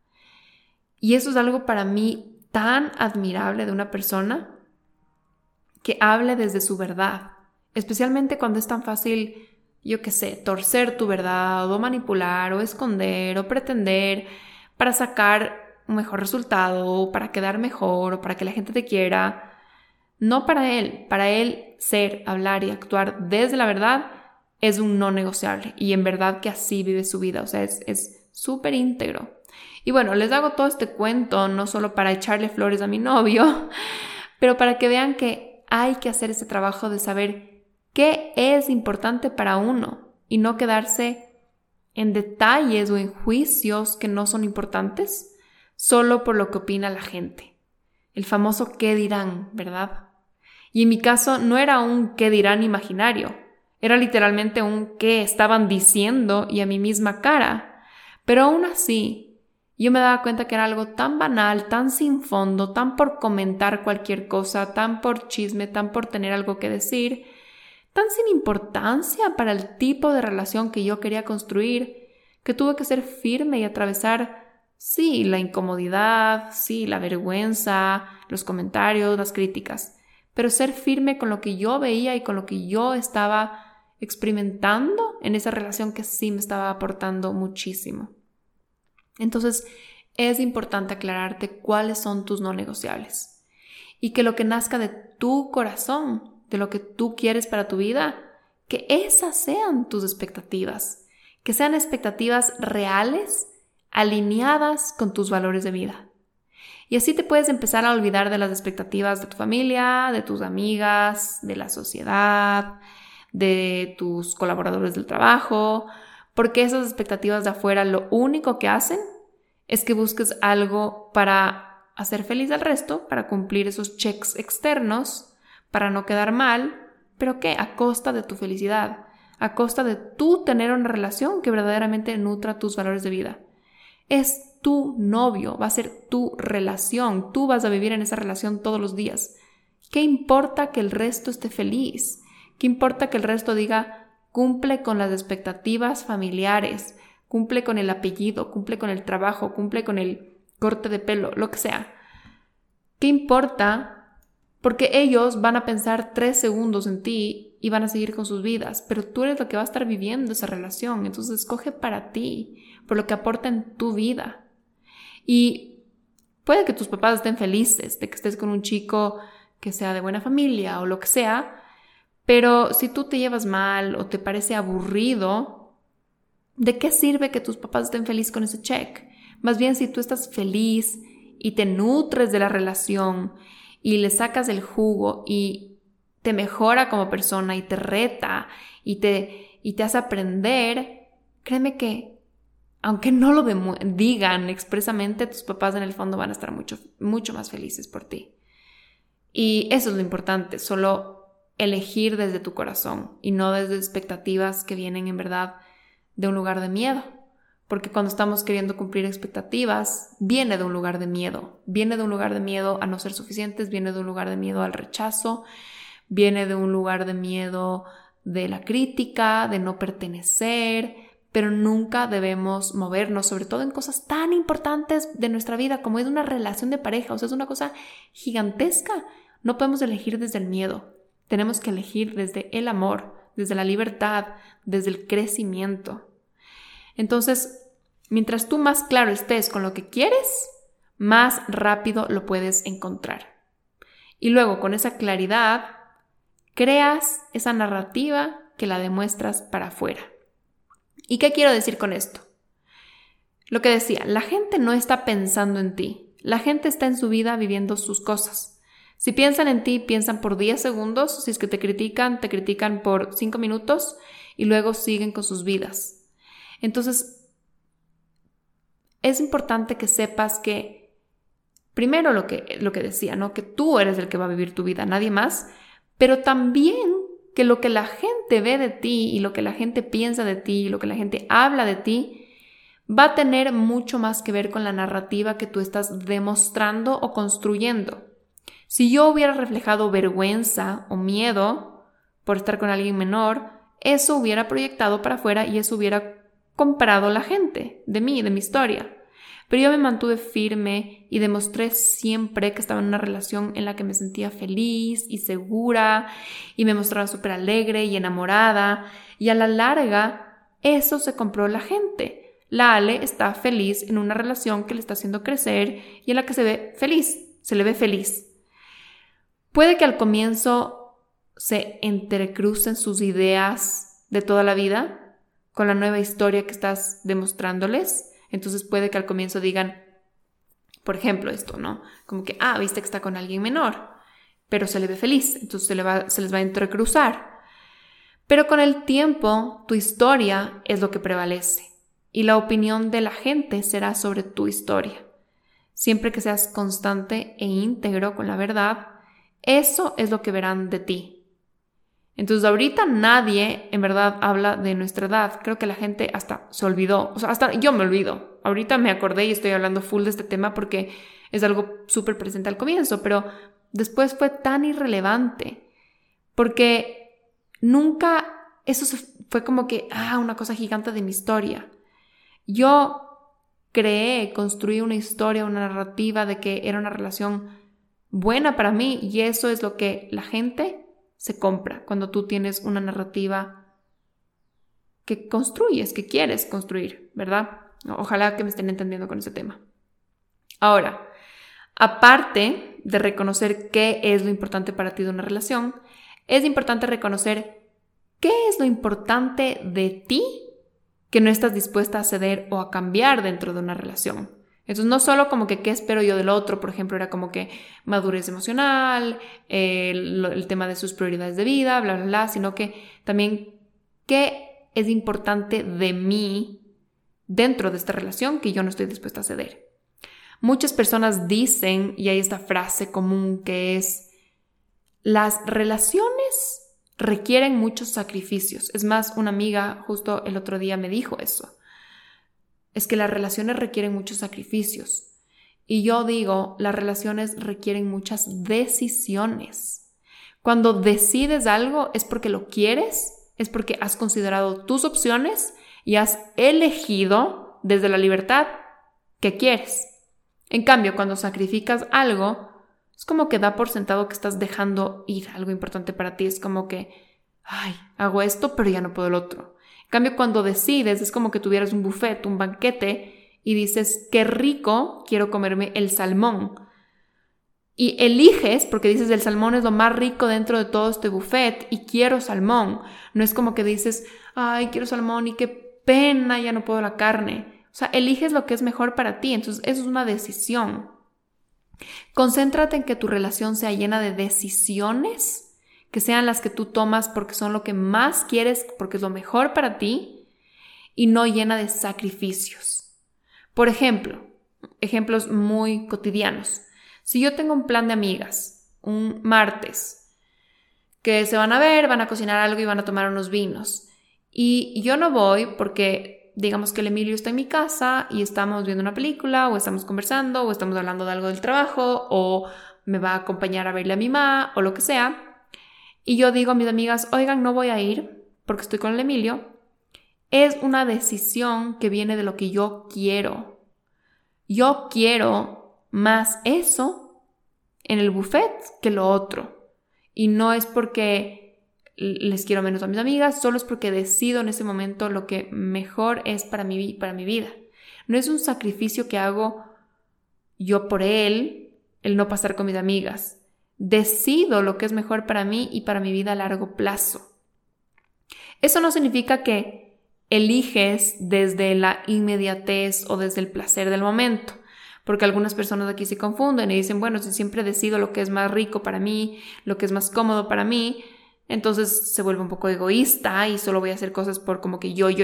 Speaker 1: Y eso es algo para mí tan admirable de una persona que hable desde su verdad, especialmente cuando es tan fácil, yo qué sé, torcer tu verdad o manipular o esconder o pretender para sacar un mejor resultado o para quedar mejor o para que la gente te quiera. No para él ser, hablar y actuar desde la verdad es un no negociable y en verdad que así vive su vida, o sea, es súper íntegro. Y bueno, les hago todo este cuento no solo para echarle flores a mi novio, pero para que vean que hay que hacer ese trabajo de saber qué es importante para uno y no quedarse en detalles o en juicios que no son importantes solo por lo que opina la gente. El famoso qué dirán, ¿verdad? Y en mi caso no era un qué dirán imaginario, era literalmente un qué estaban diciendo y a mi misma cara. Pero aún así, yo me daba cuenta que era algo tan banal, tan sin fondo, tan por comentar cualquier cosa, tan por chisme, tan por tener algo que decir, tan sin importancia para el tipo de relación que yo quería construir, que tuve que ser firme y atravesar, sí, la incomodidad, sí, la vergüenza, los comentarios, las críticas, pero ser firme con lo que yo veía y con lo que yo estaba experimentando en esa relación que sí me estaba aportando muchísimo. Entonces, es importante aclararte cuáles son tus no negociables y que lo que nazca de tu corazón, de lo que tú quieres para tu vida, que esas sean tus expectativas, que sean expectativas reales, alineadas con tus valores de vida. Y así te puedes empezar a olvidar de las expectativas de tu familia, de tus amigas, de la sociedad, de tus colaboradores del trabajo, porque esas expectativas de afuera lo único que hacen es que busques algo para hacer feliz al resto, para cumplir esos checks externos, para no quedar mal, pero ¿qué? A costa de tu felicidad, a costa de tú tener una relación que verdaderamente nutra tus valores de vida. Es tu novio, va a ser tu relación, tú vas a vivir en esa relación todos los días. ¿Qué importa que el resto esté feliz? ¿Qué importa que el resto diga cumple con las expectativas familiares, cumple con el apellido, cumple con el trabajo, cumple con el corte de pelo, lo que sea? ¿Qué importa? Porque ellos van a pensar 3 segundos en ti y van a seguir con sus vidas, pero tú eres lo que va a estar viviendo esa relación, entonces escoge para ti, por lo que aporta en tu vida. Y Puede que tus papás estén felices de que estés con un chico que sea de buena familia o lo que sea, pero si tú te llevas mal o te parece aburrido, ¿de qué sirve que tus papás estén felices con ese check? Más bien, si tú estás feliz y te nutres de la relación y le sacas el jugo y te mejora como persona y te reta y te hace aprender, créeme que aunque no lo digan expresamente, tus papás en el fondo van a estar mucho, mucho más felices por ti. Y eso es lo importante, solo elegir desde tu corazón y no desde expectativas que vienen en verdad de un lugar de miedo. Porque cuando estamos queriendo cumplir expectativas, viene de un lugar de miedo. Viene de un lugar de miedo a no ser suficientes, viene de un lugar de miedo al rechazo, viene de un lugar de miedo de la crítica, de no pertenecer, pero nunca debemos movernos, sobre todo en cosas tan importantes de nuestra vida como es una relación de pareja. O sea, es una cosa gigantesca. No podemos elegir desde el miedo. Tenemos que elegir desde el amor, desde la libertad, desde el crecimiento. Entonces, mientras tú más claro estés con lo que quieres, más rápido lo puedes encontrar. Y luego, con esa claridad, creas esa narrativa que la demuestras para afuera. ¿Y qué quiero decir con esto? Lo que decía, la gente no está pensando en ti. La gente está en su vida viviendo sus cosas. Si piensan en ti, piensan por 10 segundos. Si es que te critican por 5 minutos y luego siguen con sus vidas. Entonces, es importante que sepas que, primero lo que decía, ¿no? Que tú eres el que va a vivir tu vida, nadie más, pero también que lo que la gente ve de ti y lo que la gente piensa de ti y lo que la gente habla de ti va a tener mucho más que ver con la narrativa que tú estás demostrando o construyendo. Si yo hubiera reflejado vergüenza o miedo por estar con alguien menor, eso hubiera proyectado para afuera y eso hubiera comprado la gente de mí, de mi historia. Pero yo me mantuve firme y demostré siempre que estaba en una relación en la que me sentía feliz y segura y me mostraba súper alegre y enamorada, y a la larga eso se compró la gente. La Ale está feliz en una relación que le está haciendo crecer y en la que se le ve feliz. Puede que al comienzo se entrecrucen sus ideas de toda la vida con la nueva historia que estás demostrándoles. Entonces puede que al comienzo digan, por ejemplo, esto, ¿no? Como que, viste que está con alguien menor, pero se le ve feliz, entonces se les va a entrecruzar. Pero con el tiempo, tu historia es lo que prevalece y la opinión de la gente será sobre tu historia. Siempre que seas constante e íntegro con la verdad, eso es lo que verán de ti. Entonces ahorita nadie en verdad habla de nuestra edad. Creo que la gente hasta se olvidó. O sea, hasta yo me olvido. Ahorita me acordé y estoy hablando full de este tema porque es algo súper presente al comienzo, pero después fue tan irrelevante porque nunca eso fue como que, una cosa gigante de mi historia. Yo construí una historia, una narrativa de que era una relación buena para mí y eso es lo que la gente se compra cuando tú tienes una narrativa que construyes, que quieres construir, ¿verdad? Ojalá que me estén entendiendo con ese tema. Ahora, aparte de reconocer qué es lo importante para ti de una relación, es importante reconocer qué es lo importante de ti que no estás dispuesta a ceder o a cambiar dentro de una relación. Entonces no solo como que qué espero yo del otro, por ejemplo, era como que madurez emocional, el tema de sus prioridades de vida, bla, bla, bla, sino que también qué es importante de mí dentro de esta relación que yo no estoy dispuesta a ceder. Muchas personas dicen, y hay esta frase común que es, las relaciones requieren muchos sacrificios. Es más, una amiga justo el otro día me dijo eso. Es que las relaciones requieren muchos sacrificios. Y yo digo, las relaciones requieren muchas decisiones. Cuando decides algo es porque lo quieres, es porque has considerado tus opciones y has elegido desde la libertad que quieres. En cambio, cuando sacrificas algo, es como que da por sentado que estás dejando ir algo importante para ti. Es como que, hago esto, pero ya no puedo el otro. En cambio, cuando decides, es como que tuvieras un buffet, un banquete, y dices, qué rico, quiero comerme el salmón. Y eliges porque dices, el salmón es lo más rico dentro de todo este buffet y quiero salmón. No es como que dices, ay, quiero salmón y qué pena, ya no puedo la carne. O sea, eliges lo que es mejor para ti. Entonces, eso es una decisión. Concéntrate en que tu relación sea llena de decisiones, que sean las que tú tomas porque son lo que más quieres, porque es lo mejor para ti, y no llena de sacrificios. Por ejemplo, ejemplos muy cotidianos. Si yo tengo un plan de amigas, un martes, que se van a ver, van a cocinar algo y van a tomar unos vinos, y yo no voy porque digamos que el Emilio está en mi casa y estamos viendo una película o estamos conversando o estamos hablando de algo del trabajo o me va a acompañar a verle a mi mamá o lo que sea, y yo digo a mis amigas, oigan, no voy a ir porque estoy con el Emilio, es una decisión que viene de lo que yo quiero. Yo quiero más eso en el buffet que lo otro. Y no es porque les quiero menos a mis amigas, solo es porque decido en ese momento lo que mejor es para mi vida. No es un sacrificio que hago yo por el no pasar con mis amigas. Decido lo que es mejor para mí y para mi vida a largo plazo. Eso no significa que eliges desde la inmediatez o desde el placer del momento. Porque algunas personas aquí se confunden y dicen, bueno, si siempre decido lo que es más rico para mí, lo que es más cómodo para mí, entonces se vuelve un poco egoísta y solo voy a hacer cosas por como que yo.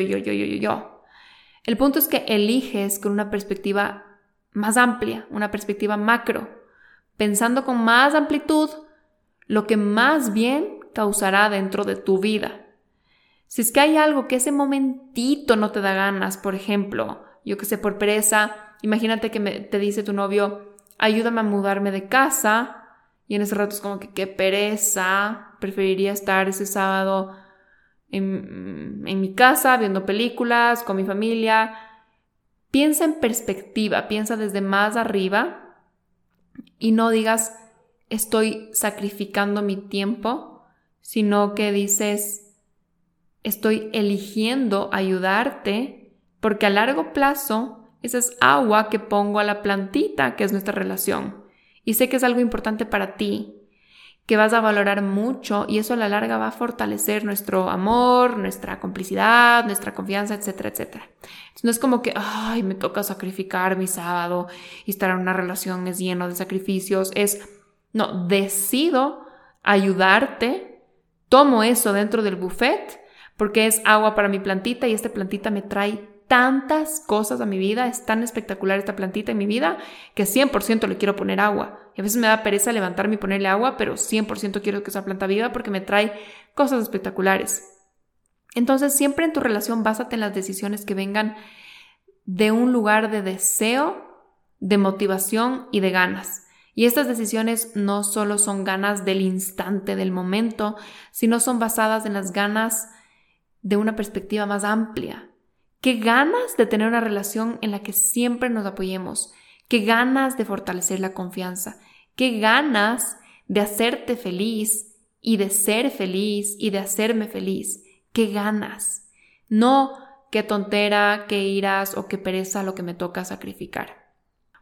Speaker 1: El punto es que eliges con una perspectiva más amplia, una perspectiva macro, pensando con más amplitud lo que más bien causará dentro de tu vida. Si es que hay algo que ese momentito no te da ganas, por ejemplo, yo que sé, por pereza, imagínate que te dice tu novio, ayúdame a mudarme de casa, y en ese rato es como que qué pereza, preferiría estar ese sábado en mi casa viendo películas con mi familia. Piensa en perspectiva, piensa desde más arriba y no digas estoy sacrificando mi tiempo, sino que dices estoy eligiendo ayudarte porque a largo plazo esa es agua que pongo a la plantita que es nuestra relación. Y sé que es algo importante para ti, que vas a valorar mucho y eso a la larga va a fortalecer nuestro amor, nuestra complicidad, nuestra confianza, etcétera, etcétera. Entonces no es como que, ay, me toca sacrificar mi sábado y estar en una relación es lleno de sacrificios. No, decido ayudarte, tomo eso dentro del buffet porque es agua para mi plantita y esta plantita me trae tantas cosas a mi vida, es tan espectacular esta plantita en mi vida que 100% le quiero poner agua. Y a veces me da pereza levantarme y ponerle agua, pero 100% quiero que esa planta viva porque me trae cosas espectaculares. Entonces, siempre en tu relación básate en las decisiones que vengan de un lugar de deseo, de motivación y de ganas. Y estas decisiones no solo son ganas del instante, del momento, sino son basadas en las ganas de una perspectiva más amplia. Qué ganas de tener una relación en la que siempre nos apoyemos. Qué ganas de fortalecer la confianza. Qué ganas de hacerte feliz y de ser feliz y de hacerme feliz. Qué ganas. No qué tontera, qué iras o qué pereza lo que me toca sacrificar.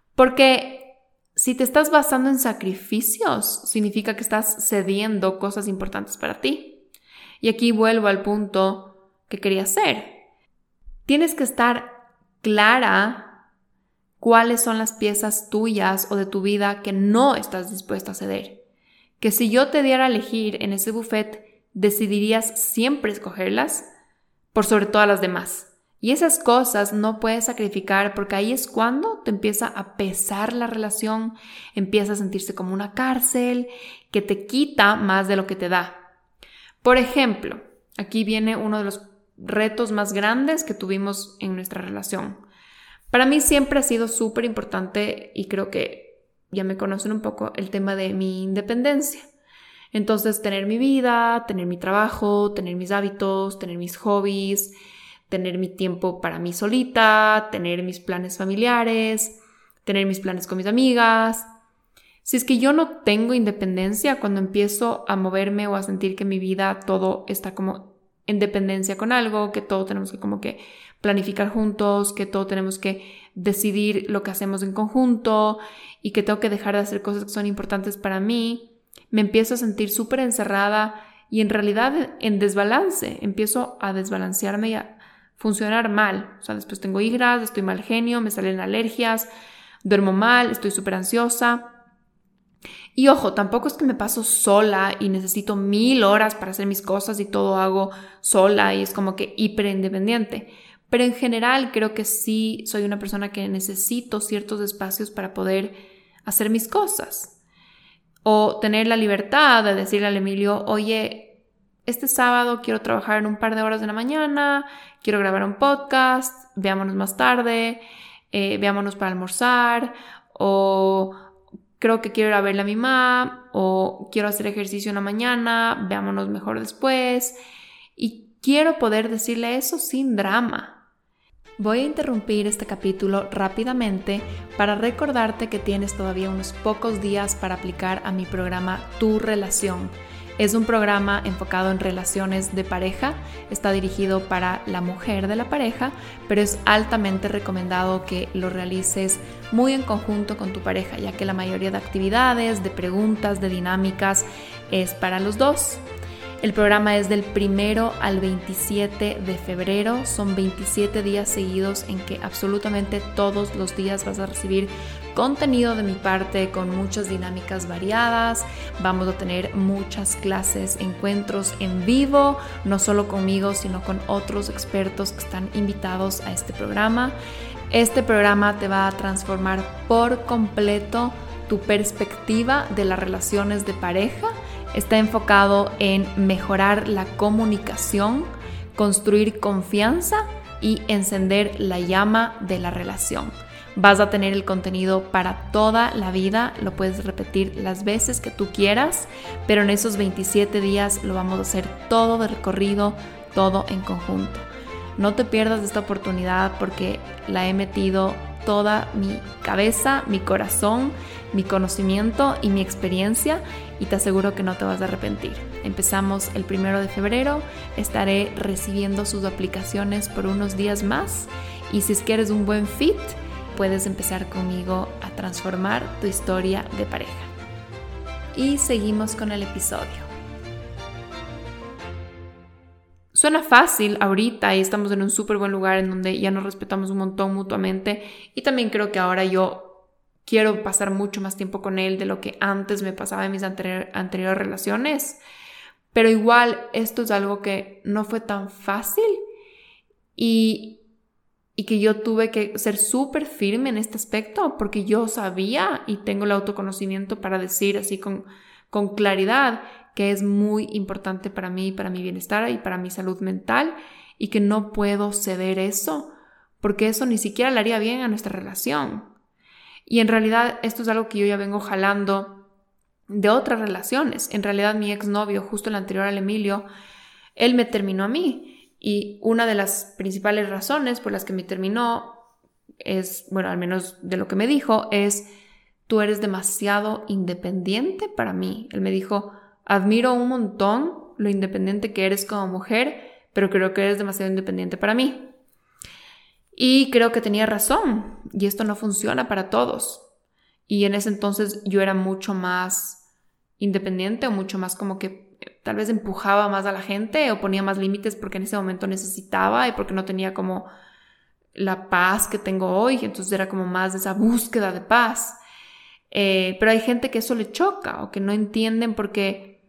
Speaker 1: Porque si te estás basando en sacrificios, significa que estás cediendo cosas importantes para ti. Y aquí vuelvo al punto que quería hacer. Tienes que estar clara cuáles son las piezas tuyas o de tu vida que no estás dispuesta a ceder. Que si yo te diera a elegir en ese buffet, decidirías siempre escogerlas por sobre todas las demás. Y esas cosas no puedes sacrificar porque ahí es cuando te empieza a pesar la relación, empieza a sentirse como una cárcel que te quita más de lo que te da. Por ejemplo, aquí viene uno de los retos más grandes que tuvimos en nuestra relación. Para mí siempre ha sido súper importante y creo que ya me conocen un poco el tema de mi independencia. Entonces, tener mi vida, tener mi trabajo, tener mis hábitos, tener mis hobbies, tener mi tiempo para mí solita, tener mis planes familiares, tener mis planes con mis amigas. Si es que yo no tengo independencia, cuando empiezo a moverme o a sentir que mi vida todo está como en dependencia con algo, que todo tenemos que como que planificar juntos, que todo tenemos que decidir lo que hacemos en conjunto y que tengo que dejar de hacer cosas que son importantes para mí, me empiezo a sentir súper encerrada y en realidad en desbalance. Empiezo a desbalancearme y a funcionar mal. O sea, después tengo higras, estoy mal genio, me salen alergias, duermo mal, estoy súper ansiosa. Y ojo, tampoco es que me paso sola y necesito 1000 horas para hacer mis cosas y todo hago sola y es como que hiper independiente. Pero en general creo que sí soy una persona que necesito ciertos espacios para poder hacer mis cosas. O tener la libertad de decirle al Emilio, oye, este sábado quiero trabajar en un par de horas de la mañana, quiero grabar un podcast, veámonos más tarde, veámonos para almorzar, o creo que quiero ir a verle a mi mamá, o quiero hacer ejercicio en la mañana, veámonos mejor después. Y quiero poder decirle eso sin drama. Voy a interrumpir este capítulo rápidamente para recordarte que tienes todavía unos pocos días para aplicar a mi programa Tu Relación. Es un programa enfocado en relaciones de pareja, está dirigido para la mujer de la pareja, pero es altamente recomendado que lo realices muy en conjunto con tu pareja, ya que la mayoría de actividades, de preguntas, de dinámicas es para los dos. El programa es del 1 al 27 de febrero, son 27 días seguidos en que absolutamente todos los días vas a recibir contenido de mi parte con muchas dinámicas variadas. Vamos a tener muchas clases, encuentros en vivo, no solo conmigo, sino con otros expertos que están invitados a este programa. Este programa te va a transformar por completo tu perspectiva de las relaciones de pareja. Está enfocado en mejorar la comunicación, construir confianza y encender la llama de la relación. Vas a tener el contenido para toda la vida, lo puedes repetir las veces que tú quieras, pero en esos 27 días lo vamos a hacer todo de recorrido, todo en conjunto. No te pierdas esta oportunidad porque la he metido toda mi cabeza, mi corazón, mi conocimiento y mi experiencia y te aseguro que no te vas a arrepentir. Empezamos el 1 de febrero, estaré recibiendo sus aplicaciones por unos días más y si es que eres un buen fit, puedes empezar conmigo a transformar tu historia de pareja. Y seguimos con el episodio. Suena fácil ahorita y estamos en un súper buen lugar en donde ya nos respetamos un montón mutuamente y también creo que ahora yo quiero pasar mucho más tiempo con él de lo que antes me pasaba en mis anteriores relaciones, pero igual esto es algo que no fue tan fácil y que yo tuve que ser súper firme en este aspecto porque yo sabía y tengo el autoconocimiento para decir así con claridad que es muy importante para mí, para mi bienestar y para mi salud mental y que no puedo ceder eso porque eso ni siquiera le haría bien a nuestra relación. Y en realidad esto es algo que yo ya vengo jalando de otras relaciones. En realidad mi exnovio, justo el anterior al Emilio, él me terminó a mí. Y una de las principales razones por las que me terminó es, bueno, al menos de lo que me dijo, es tú eres demasiado independiente para mí. Él me dijo, admiro un montón lo independiente que eres como mujer, pero creo que eres demasiado independiente para mí. Y creo que tenía razón, y esto no funciona para todos. Y en ese entonces yo era mucho más independiente o mucho más como que tal vez empujaba más a la gente o ponía más límites porque en ese momento necesitaba y porque no tenía como la paz que tengo hoy, entonces era como más de esa búsqueda de paz. Pero hay gente que eso le choca o que no entienden porque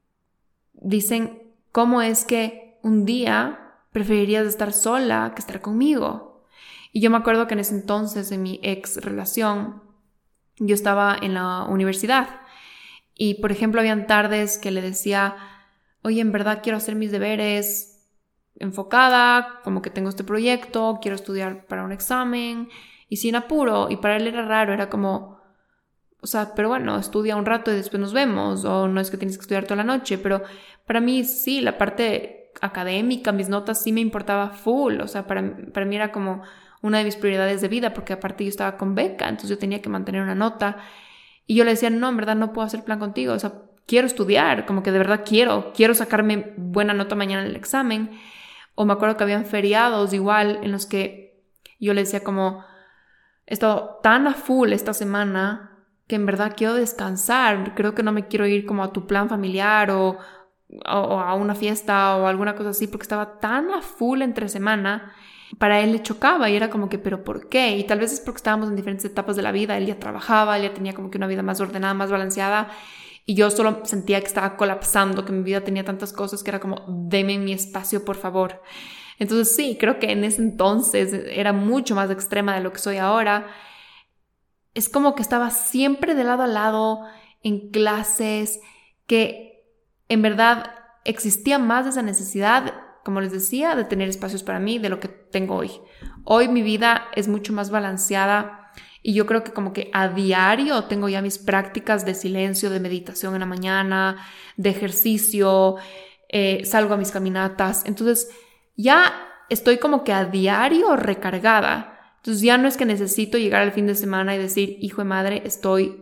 Speaker 1: dicen, ¿cómo es que un día preferirías estar sola que estar conmigo? Y yo me acuerdo que en ese entonces, en mi ex relación, yo estaba en la universidad. Y, por ejemplo, habían tardes que le decía, oye, en verdad quiero hacer mis deberes enfocada, como que tengo este proyecto, quiero estudiar para un examen, y sin apuro. Y para él era raro, era como, o sea, pero bueno, estudia un rato y después nos vemos, o no es que tienes que estudiar toda la noche, pero para mí sí, la parte académica, mis notas sí me importaba full, o sea, para mí era como una de mis prioridades de vida, porque aparte yo estaba con beca, entonces yo tenía que mantener una nota. Y yo le decía, no, en verdad no puedo hacer plan contigo, o sea, quiero estudiar, como que de verdad quiero sacarme buena nota mañana en el examen. O me acuerdo que habían feriados igual en los que yo le decía como, he estado tan a full esta semana que en verdad quiero descansar, creo que no me quiero ir como a tu plan familiar o a una fiesta o alguna cosa así, porque estaba tan a full entre semana. Para él le chocaba y era como que, ¿pero por qué? Y tal vez es porque estábamos en diferentes etapas de la vida. Él ya trabajaba, él ya tenía como que una vida más ordenada, más balanceada, y yo solo sentía que estaba colapsando, que mi vida tenía tantas cosas que era como, deme mi espacio, por favor. Entonces sí, creo que en ese entonces era mucho más extrema de lo que soy ahora. Es como que estaba siempre de lado a lado en clases, que en verdad existía más esa necesidad, como les decía, de tener espacios para mí de lo que tengo hoy. Hoy mi vida es mucho más balanceada y yo creo que como que a diario tengo ya mis prácticas de silencio, de meditación en la mañana, de ejercicio, salgo a mis caminatas. Entonces ya estoy como que a diario recargada. Entonces ya no es que necesito llegar al fin de semana y decir, hijo de madre, estoy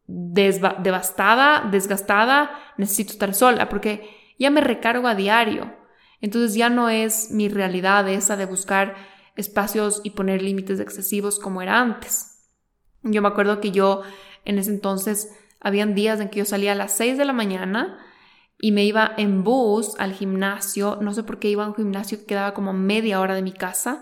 Speaker 1: devastada, desgastada, necesito estar sola, porque ya me recargo a diario. Entonces ya no es mi realidad esa de buscar espacios y poner límites excesivos como era antes. Yo me acuerdo que yo en ese entonces habían días en que yo salía a las 6 de la mañana y me iba en bus al gimnasio. No sé por qué iba a un gimnasio que quedaba como media hora de mi casa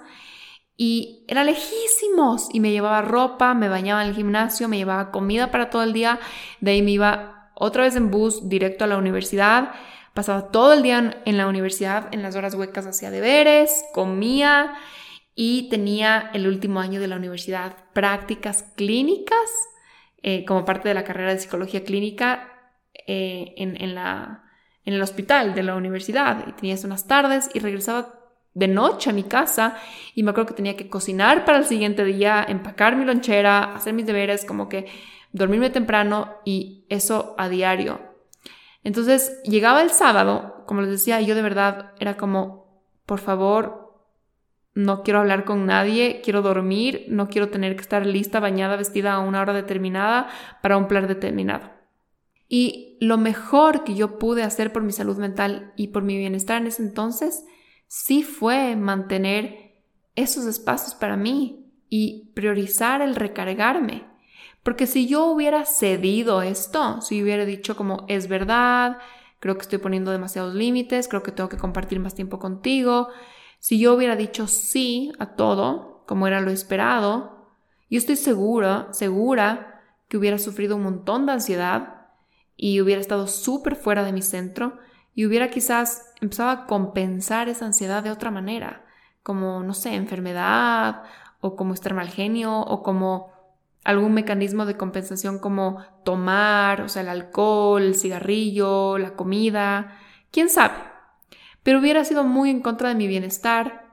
Speaker 1: y era lejísimos, y me llevaba ropa, me bañaba en el gimnasio, me llevaba comida para todo el día. De ahí me iba otra vez en bus directo a la universidad. Pasaba todo el día en la universidad, en las horas huecas hacía deberes, comía y tenía el último año de la universidad prácticas clínicas como parte de la carrera de psicología clínica en el hospital de la universidad. Y tenía eso unas tardes y regresaba de noche a mi casa y me acuerdo que tenía que cocinar para el siguiente día, empacar mi lonchera, hacer mis deberes, como que dormirme temprano, y eso a diario. Entonces llegaba el sábado, como les decía, yo de verdad era como, por favor, no quiero hablar con nadie, quiero dormir, no quiero tener que estar lista, bañada, vestida a una hora determinada para un plan determinado. Y lo mejor que yo pude hacer por mi salud mental y por mi bienestar en ese entonces sí fue mantener esos espacios para mí y priorizar el recargarme. Porque si yo hubiera cedido esto, si hubiera dicho como, es verdad, creo que estoy poniendo demasiados límites, creo que tengo que compartir más tiempo contigo, si yo hubiera dicho sí a todo, como era lo esperado, yo estoy segura que hubiera sufrido un montón de ansiedad y hubiera estado súper fuera de mi centro y hubiera quizás empezado a compensar esa ansiedad de otra manera, como, no sé, enfermedad, o como estar mal genio, o como algún mecanismo de compensación como tomar, o sea, el alcohol, el cigarrillo, la comida, quién sabe. Pero hubiera sido muy en contra de mi bienestar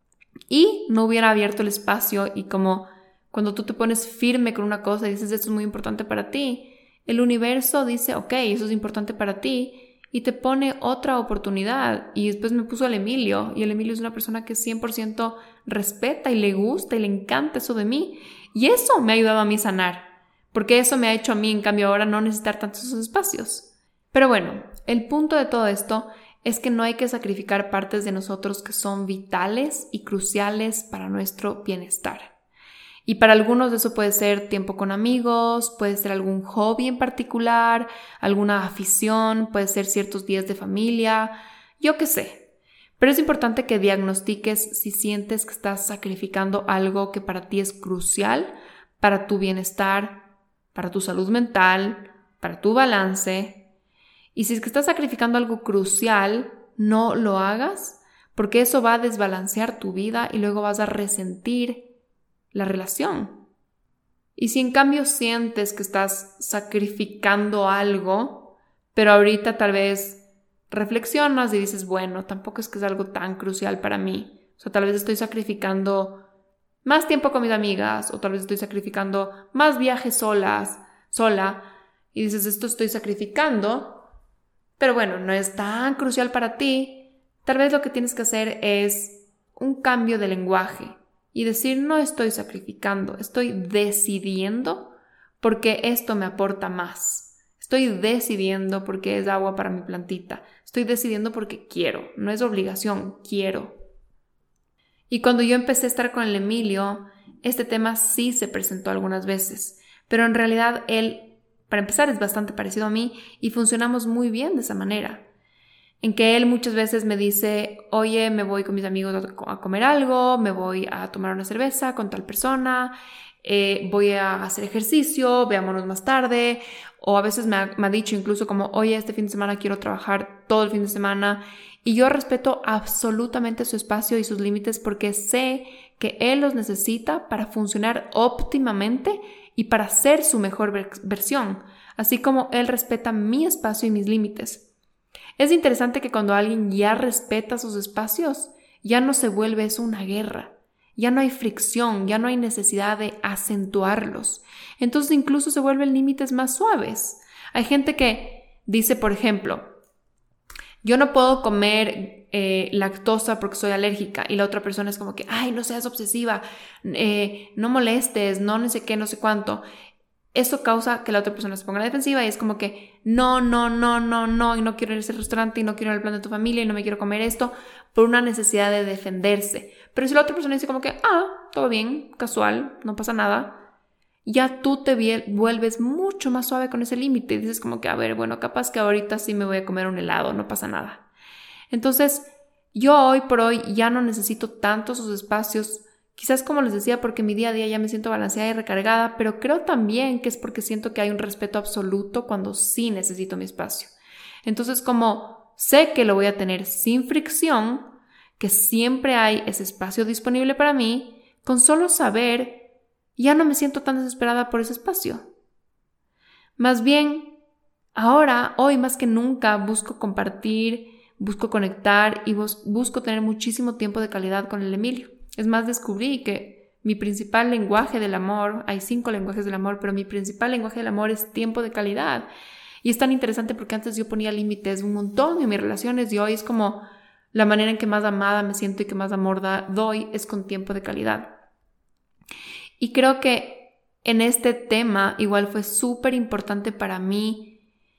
Speaker 1: y no hubiera abierto el espacio. Y como cuando tú te pones firme con una cosa y dices, esto es muy importante para ti, el universo dice, ok, eso es importante para ti, y te pone otra oportunidad. Y después me puso al Emilio, y el Emilio es una persona que 100% respeta y le gusta y le encanta eso de mí. Y eso me ha ayudado a mí sanar, porque eso me ha hecho a mí, en cambio, ahora no necesitar tantos esos espacios. Pero bueno, el punto de todo esto es que no hay que sacrificar partes de nosotros que son vitales y cruciales para nuestro bienestar. Y para algunos eso puede ser tiempo con amigos, puede ser algún hobby en particular, alguna afición, puede ser ciertos días de familia, yo qué sé. Pero es importante que diagnostiques si sientes que estás sacrificando algo que para ti es crucial para tu bienestar, para tu salud mental, para tu balance. Y si es que estás sacrificando algo crucial, no lo hagas, porque eso va a desbalancear tu vida y luego vas a resentir la relación. Y si en cambio sientes que estás sacrificando algo, pero ahorita tal vez reflexionas y dices, bueno, tampoco es que es algo tan crucial para mí. O sea, tal vez estoy sacrificando más tiempo con mis amigas, o tal vez estoy sacrificando más viajes sola, y dices, esto estoy sacrificando, pero bueno, no es tan crucial para ti. Tal vez lo que tienes que hacer es un cambio de lenguaje y decir, no estoy sacrificando, estoy decidiendo porque esto me aporta más. Estoy decidiendo porque es agua para mi plantita. Estoy decidiendo porque quiero. No es obligación, quiero. Y cuando yo empecé a estar con el Emilio, este tema sí se presentó algunas veces. Pero en realidad él, para empezar, es bastante parecido a mí y funcionamos muy bien de esa manera. En que él muchas veces me dice, oye, me voy con mis amigos a comer algo, me voy a tomar una cerveza con tal persona, voy a hacer ejercicio, veámonos más tarde. O a veces me ha dicho incluso como, oye, este fin de semana quiero trabajar todo el fin de semana. Y yo respeto absolutamente su espacio y sus límites porque sé que él los necesita para funcionar óptimamente y para ser su mejor versión, así como él respeta mi espacio y mis límites. Es interesante que cuando alguien ya respeta sus espacios, ya no se vuelve eso una guerra. Ya no hay fricción, ya no hay necesidad de acentuarlos. Entonces incluso se vuelven límites más suaves. Hay gente que dice, por ejemplo, yo no puedo comer lactosa porque soy alérgica, y la otra persona es como que, ay, no seas obsesiva, no molestes, no sé qué, no sé cuánto. Eso causa que la otra persona se ponga a la defensiva y es como que no, y no quiero ir a ese restaurante y no quiero ir al plan de tu familia y no me quiero comer esto por una necesidad de defenderse. Pero si la otra persona dice como que, todo bien, casual, no pasa nada, ya tú te vuelves mucho más suave con ese límite y dices como que, a ver, bueno, capaz que ahorita sí me voy a comer un helado, no pasa nada. Entonces, yo hoy por hoy ya no necesito tanto sus espacios. Quizás, como les decía, porque mi día a día ya me siento balanceada y recargada, pero creo también que es porque siento que hay un respeto absoluto cuando sí necesito mi espacio. Entonces, como sé que lo voy a tener sin fricción, que siempre hay ese espacio disponible para mí, con solo saber, ya no me siento tan desesperada por ese espacio. Más bien, ahora, hoy más que nunca, busco compartir, busco conectar y busco tener muchísimo tiempo de calidad con el Emilio. Es más, descubrí que mi principal lenguaje del amor, hay 5 lenguajes del amor, pero mi principal lenguaje del amor es tiempo de calidad. Y es tan interesante porque antes yo ponía límites un montón en mis relaciones y hoy es como la manera en que más amada me siento y que más amor doy es con tiempo de calidad. Y creo que en este tema igual fue súper importante para mí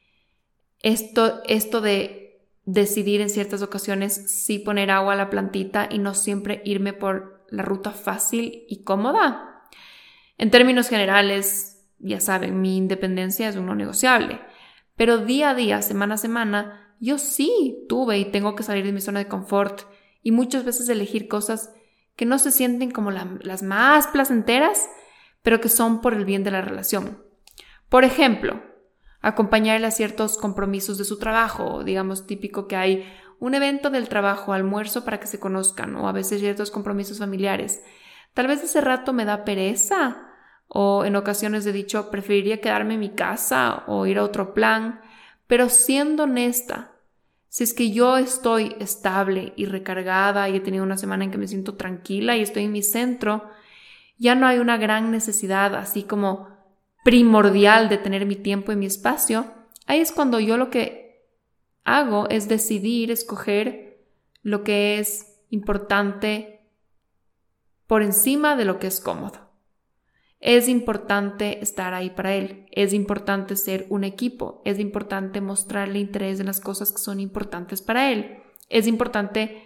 Speaker 1: esto de decidir en ciertas ocasiones sí poner agua a la plantita y no siempre irme por la ruta fácil y cómoda. En términos generales, ya saben, mi independencia es un no negociable, pero día a día, semana a semana, yo sí tuve y tengo que salir de mi zona de confort y muchas veces elegir cosas que no se sienten como las más placenteras, pero que son por el bien de la relación. Por ejemplo, acompañarle a ciertos compromisos de su trabajo, digamos típico que hay un evento del trabajo, almuerzo para que se conozcan, o a veces ciertos compromisos familiares. Tal vez ese rato me da pereza, o en ocasiones he dicho preferiría quedarme en mi casa o ir a otro plan, pero siendo honesta, si es que yo estoy estable y recargada y he tenido una semana en que me siento tranquila y estoy en mi centro, ya no hay una gran necesidad así como primordial de tener mi tiempo y mi espacio. Ahí es cuando yo lo que hago es decidir, escoger lo que es importante por encima de lo que es cómodo. Es importante estar ahí para él, es importante ser un equipo, es importante mostrarle interés en las cosas que son importantes para él, es importante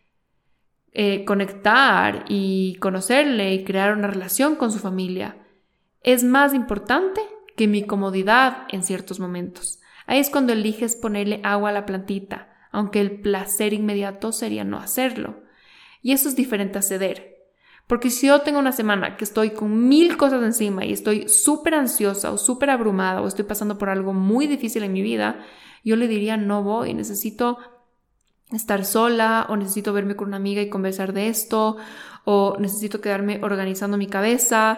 Speaker 1: conectar y conocerle y crear una relación con su familia. Es más importante que mi comodidad en ciertos momentos. Ahí es cuando eliges ponerle agua a la plantita, aunque el placer inmediato sería no hacerlo. Y eso es diferente a ceder. Porque si yo tengo una semana que estoy con 1000 cosas encima y estoy súper ansiosa o súper abrumada o estoy pasando por algo muy difícil en mi vida, yo le diría no voy, necesito estar sola o necesito verme con una amiga y conversar de esto o necesito quedarme organizando mi cabeza.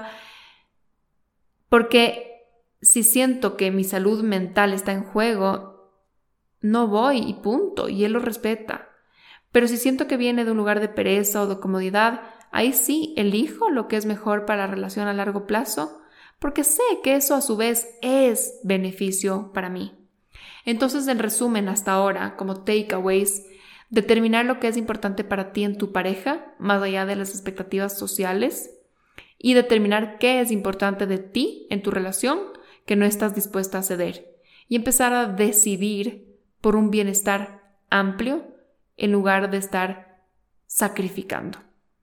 Speaker 1: Porque si siento que mi salud mental está en juego, no voy y punto, y él lo respeta. Pero si siento que viene de un lugar de pereza o de comodidad, ahí sí elijo lo que es mejor para la relación a largo plazo, porque sé que eso a su vez es beneficio para mí. Entonces, en resumen, hasta ahora, como takeaways, determinar lo que es importante para ti en tu pareja, más allá de las expectativas sociales, y determinar qué es importante de ti en tu relación que no estás dispuesta a ceder. y empezar a decidir por un bienestar amplio en lugar de estar sacrificando.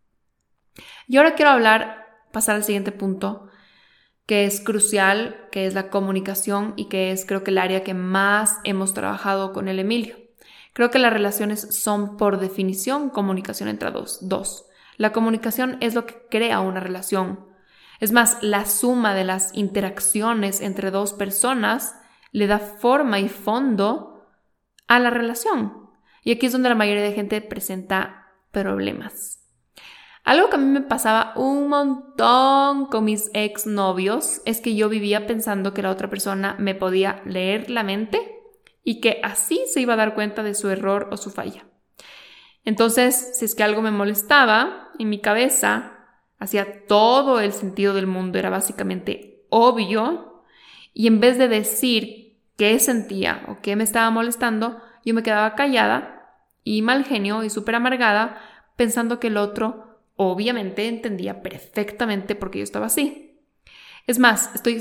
Speaker 1: Y ahora quiero pasar al siguiente punto, que es crucial, que es la comunicación y que es, creo que, el área que más hemos trabajado con el Emilio. Creo que las relaciones son, por definición, comunicación entre dos. La comunicación es lo que crea una relación. Es más, la suma de las interacciones entre dos personas le da forma y fondo a la relación. Y aquí es donde la mayoría de gente presenta problemas. Algo que a mí me pasaba un montón con mis exnovios es que yo vivía pensando que la otra persona me podía leer la mente y que así se iba a dar cuenta de su error o su falla. Entonces, si es que algo me molestaba, en mi cabeza hacía todo el sentido del mundo, era básicamente obvio, y en vez de decir qué sentía o qué me estaba molestando, yo me quedaba callada y mal genio y súper amargada, pensando que el otro obviamente entendía perfectamente por qué yo estaba así. Es más, estoy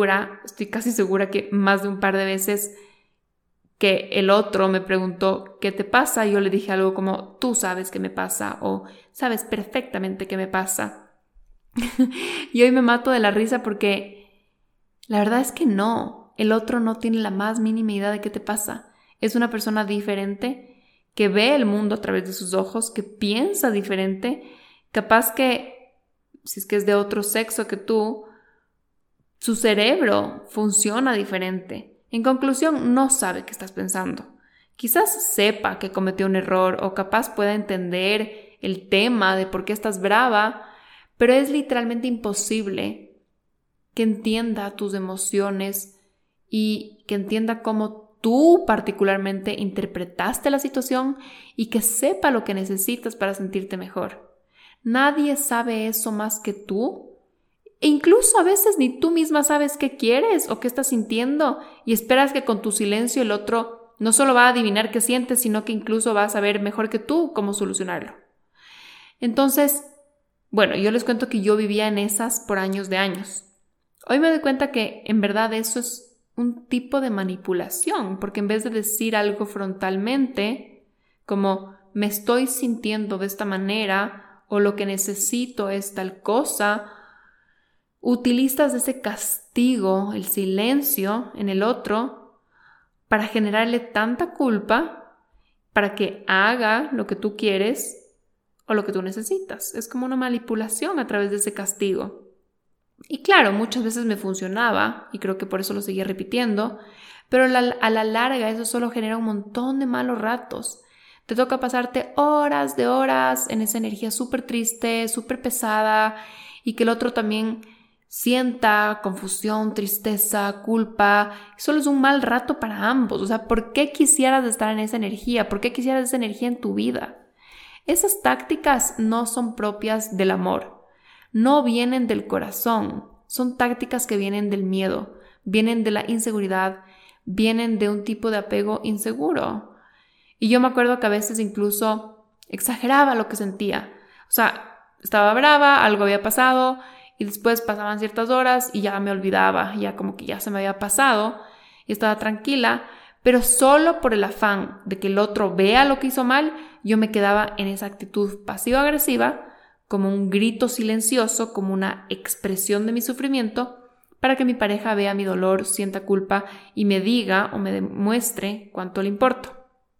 Speaker 1: casi segura que más de un par de veces que el otro me preguntó ¿qué te pasa? Y yo le dije algo como tú sabes qué me pasa o sabes perfectamente qué me pasa. Y hoy me mato de la risa porque la verdad es que no, el otro no tiene la más mínima idea de qué te pasa. Es una persona diferente que ve el mundo a través de sus ojos, que piensa diferente. Capaz que, si es que es de otro sexo que tú, su cerebro funciona diferente. En conclusión, no sabe qué estás pensando. Quizás sepa que cometió un error o capaz pueda entender el tema de por qué estás brava, pero es literalmente imposible que entienda tus emociones y que entienda cómo tú particularmente interpretaste la situación y que sepa lo que necesitas para sentirte mejor. Nadie sabe eso más que tú. E incluso a veces ni tú misma sabes qué quieres o qué estás sintiendo y esperas que con tu silencio el otro no solo va a adivinar qué sientes, sino que incluso va a saber mejor que tú cómo solucionarlo. Entonces, bueno, yo les cuento que yo vivía en esas por años de años. Hoy me doy cuenta que en verdad eso es un tipo de manipulación, porque en vez de decir algo frontalmente, como me estoy sintiendo de esta manera, o lo que necesito es tal cosa, utilizas ese castigo, el silencio en el otro, para generarle tanta culpa para que haga lo que tú quieres o lo que tú necesitas. Es como una manipulación a través de ese castigo. Y claro, muchas veces me funcionaba y creo que por eso lo seguía repitiendo, pero a la larga eso solo genera un montón de malos ratos. Te toca pasarte horas de horas en esa energía súper triste, súper pesada y que el otro también sienta confusión, tristeza, culpa. Solo es un mal rato para ambos. O sea, ¿por qué quisieras estar en esa energía? ¿Por qué quisieras esa energía en tu vida? Esas tácticas no son propias del amor. No vienen del corazón. Son tácticas que vienen del miedo, vienen de la inseguridad, vienen de un tipo de apego inseguro. Y yo me acuerdo que a veces incluso exageraba lo que sentía. O sea, estaba brava, algo había pasado y después pasaban ciertas horas y ya me olvidaba, ya como que ya se me había pasado y estaba tranquila, pero solo por el afán de que el otro vea lo que hizo mal, yo me quedaba en esa actitud pasivo-agresiva, como un grito silencioso, como una expresión de mi sufrimiento, para que mi pareja vea mi dolor, sienta culpa y me diga o me demuestre cuánto le importo.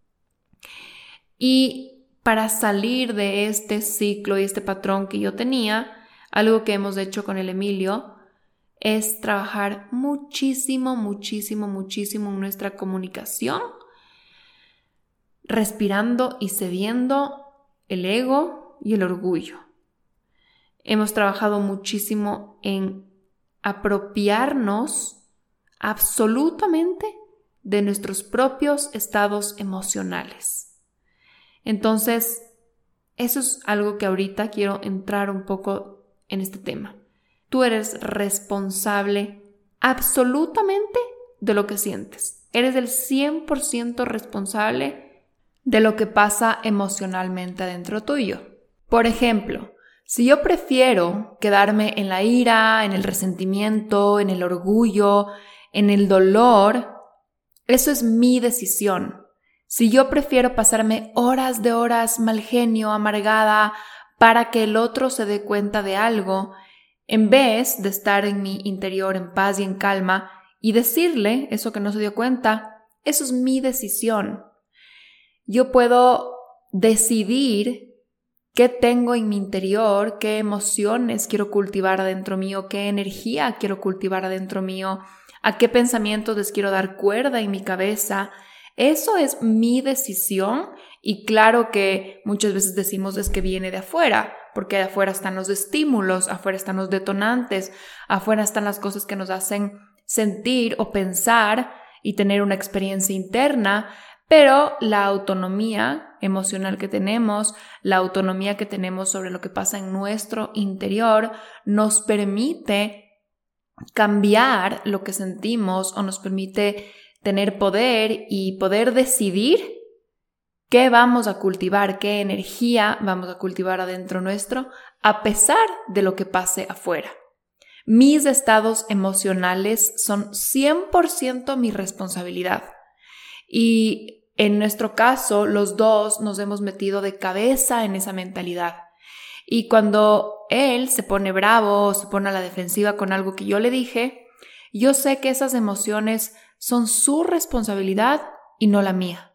Speaker 1: Y para salir de este ciclo y este patrón que yo tenía, algo que hemos hecho con el Emilio es trabajar muchísimo en nuestra comunicación, respirando y cediendo el ego y el orgullo. Hemos trabajado muchísimo en apropiarnos absolutamente de nuestros propios estados emocionales. Entonces, eso es algo que ahorita quiero entrar un poco en este tema. Tú eres responsable absolutamente de lo que sientes. Eres el 100% responsable de lo que pasa emocionalmente adentro tuyo. Por ejemplo, si yo prefiero quedarme en la ira, en el resentimiento, en el orgullo, en el dolor, Eso es mi decisión. Si yo prefiero pasarme horas de horas mal genio, amargada, para que el otro se dé cuenta de algo, en vez de estar en mi interior en paz y en calma y decirle eso que no se dio cuenta, eso es mi decisión. Yo puedo decidir qué tengo en mi interior, qué emociones quiero cultivar adentro mío, qué energía quiero cultivar adentro mío, a qué pensamientos les quiero dar cuerda en mi cabeza. Eso es mi decisión y claro que muchas veces decimos es que viene de afuera, porque de afuera están los estímulos, afuera están los detonantes, afuera están las cosas que nos hacen sentir o pensar y tener una experiencia interna, pero la autonomía emocional que tenemos, la autonomía que tenemos sobre lo que pasa en nuestro interior, nos permite cambiar lo que sentimos o nos permite tener poder y poder decidir qué vamos a cultivar, qué energía vamos a cultivar adentro nuestro, a pesar de lo que pase afuera. Mis estados emocionales son 100% mi responsabilidad. Y en nuestro caso, los dos nos hemos metido de cabeza en esa mentalidad. Y cuando él se pone bravo o se pone a la defensiva con algo que yo le dije, yo sé que esas emociones son su responsabilidad y no la mía.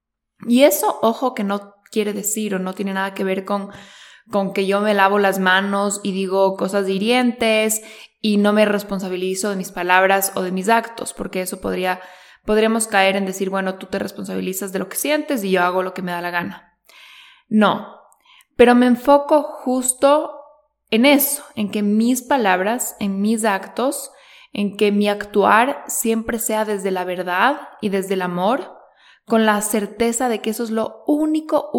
Speaker 1: Y eso, ojo, que no quiere decir o no tiene nada que ver con que yo me lavo las manos y digo cosas hirientes y no me responsabilizo de mis palabras o de mis actos, porque eso podríamos caer en decir, bueno, tú te responsabilizas de lo que sientes y yo hago lo que me da la gana. No, pero me enfoco justo en eso, en que mis palabras, en mis actos, en que mi actuar siempre sea desde la verdad y desde el amor, con la certeza de que eso es lo único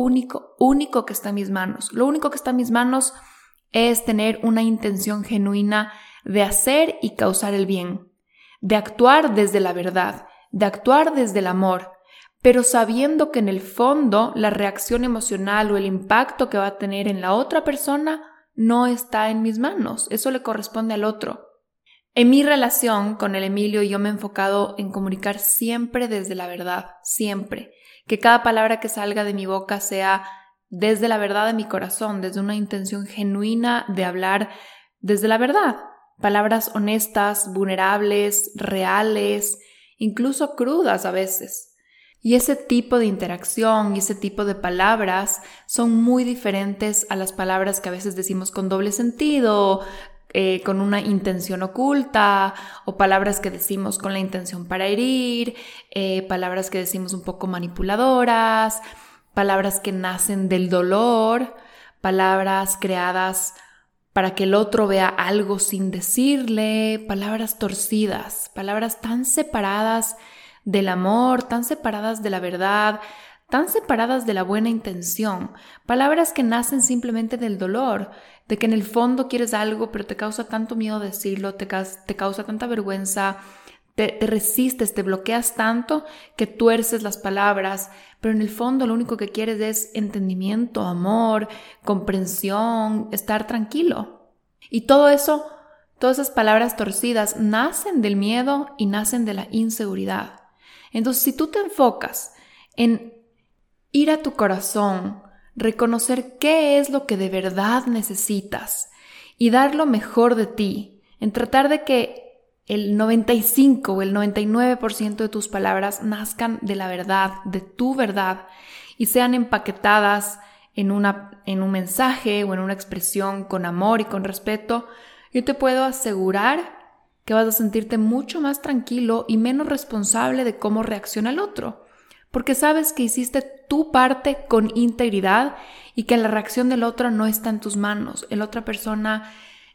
Speaker 1: que está en mis manos. Lo único que está en mis manos es tener una intención genuina de hacer y causar el bien, de actuar desde la verdad, de actuar desde el amor, pero sabiendo que en el fondo la reacción emocional o el impacto que va a tener en la otra persona no está en mis manos, eso le corresponde al otro. En mi relación con el Emilio yo me he enfocado en comunicar siempre desde la verdad, siempre. Que cada palabra que salga de mi boca sea desde la verdad de mi corazón, desde una intención genuina de hablar desde la verdad. Palabras honestas, vulnerables, reales, incluso crudas a veces. Y ese tipo de interacción y ese tipo de palabras son muy diferentes a las palabras que a veces decimos con doble sentido, con una intención oculta, o palabras que decimos con la intención para herir, palabras que decimos un poco manipuladoras, palabras que nacen del dolor, palabras creadas para que el otro vea algo sin decirle, palabras torcidas, palabras tan separadas del amor, tan separadas de la verdad, tan separadas de la buena intención, palabras que nacen simplemente del dolor, de que en el fondo quieres algo pero te causa tanto miedo decirlo, te causa tanta vergüenza, te resistes, te bloqueas tanto que tuerces las palabras, pero en el fondo lo único que quieres es entendimiento, amor, comprensión, estar tranquilo. Y todo eso, todas esas palabras torcidas nacen del miedo y nacen de la inseguridad. Entonces, si tú te enfocas en ir a tu corazón, reconocer qué es lo que de verdad necesitas y dar lo mejor de ti, en tratar de que el 95 o el 99% de tus palabras nazcan de la verdad, de tu verdad, y sean empaquetadas en un mensaje o en una expresión con amor y con respeto, yo te puedo asegurar que vas a sentirte mucho más tranquilo y menos responsable de cómo reacciona el otro, porque sabes que hiciste tu parte con integridad y que la reacción del otro no está en tus manos. La otra persona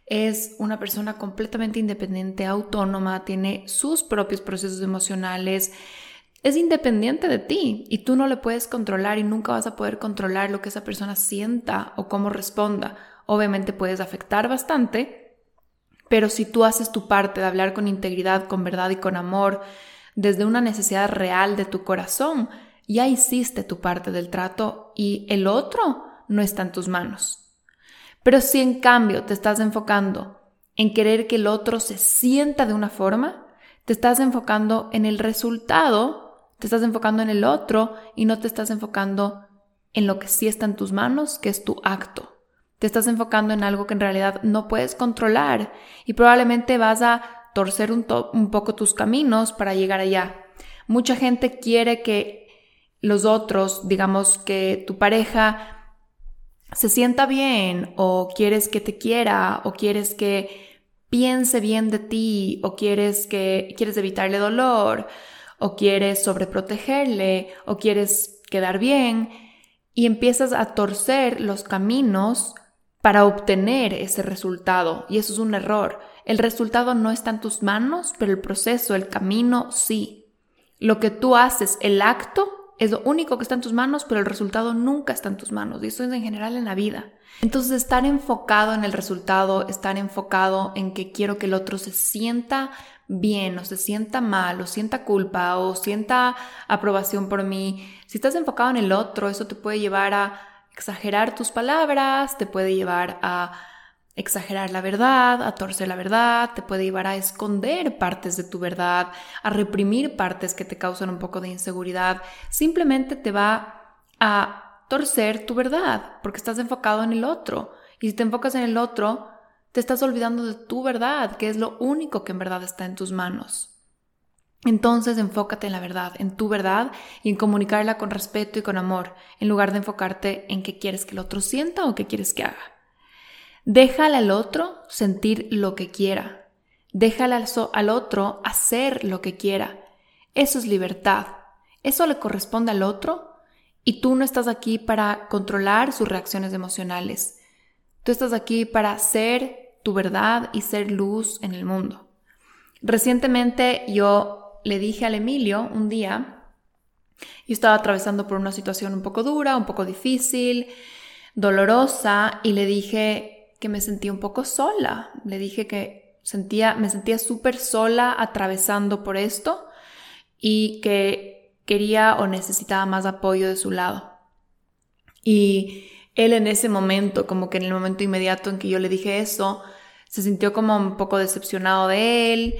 Speaker 1: es una persona completamente independiente, autónoma, tiene sus propios procesos emocionales, es independiente de ti y tú no le puedes controlar y nunca vas a poder controlar lo que esa persona sienta o cómo responda. Obviamente puedes afectar bastante, pero si tú haces tu parte de hablar con integridad, con verdad y con amor, desde una necesidad real de tu corazón, ya hiciste tu parte del trato y el otro no está en tus manos. Pero si en cambio te estás enfocando en querer que el otro se sienta de una forma, te estás enfocando en el resultado, te estás enfocando en el otro y no te estás enfocando en lo que sí está en tus manos, que es tu acto. Te estás enfocando en algo que en realidad no puedes controlar y probablemente vas a torcer un poco tus caminos para llegar allá. Mucha gente quiere que los otros, digamos que tu pareja se sienta bien, o quieres que te quiera, o quieres que piense bien de ti, o quieres evitarle dolor, o quieres sobreprotegerle, o quieres quedar bien, y empiezas a torcer los caminos para obtener ese resultado, y eso es un error. El resultado no está en tus manos, pero el proceso, el camino, sí. Lo que tú haces, el acto, es lo único que está en tus manos, pero el resultado nunca está en tus manos, y eso es en general en la vida. Entonces, estar enfocado en el resultado, estar enfocado en que quiero que el otro se sienta bien, o se sienta mal, o sienta culpa, o sienta aprobación por mí. Si estás enfocado en el otro, eso te puede llevar a exagerar tus palabras, te puede llevar a exagerar la verdad, a torcer la verdad, te puede llevar a esconder partes de tu verdad, a reprimir partes que te causan un poco de inseguridad. Simplemente te va a torcer tu verdad porque estás enfocado en el otro. Y si te enfocas en el otro, te estás olvidando de tu verdad, que es lo único que en verdad está en tus manos. Entonces enfócate en la verdad, en tu verdad, y en comunicarla con respeto y con amor, en lugar de enfocarte en qué quieres que el otro sienta o qué quieres que haga. Déjale al otro sentir lo que quiera. Déjale al otro hacer lo que quiera. Eso es libertad. Eso le corresponde al otro y tú no estás aquí para controlar sus reacciones emocionales. Tú estás aquí para ser tu verdad y ser luz en el mundo. Recientemente yo le dije al Emilio un día, yo estaba atravesando por una situación un poco dura, un poco difícil, dolorosa, y le dije que me sentía un poco sola. Le dije que me sentía súper sola atravesando por esto y que quería o necesitaba más apoyo de su lado. Y él en ese momento, como que en el momento inmediato en que yo le dije eso, se sintió como un poco decepcionado de él,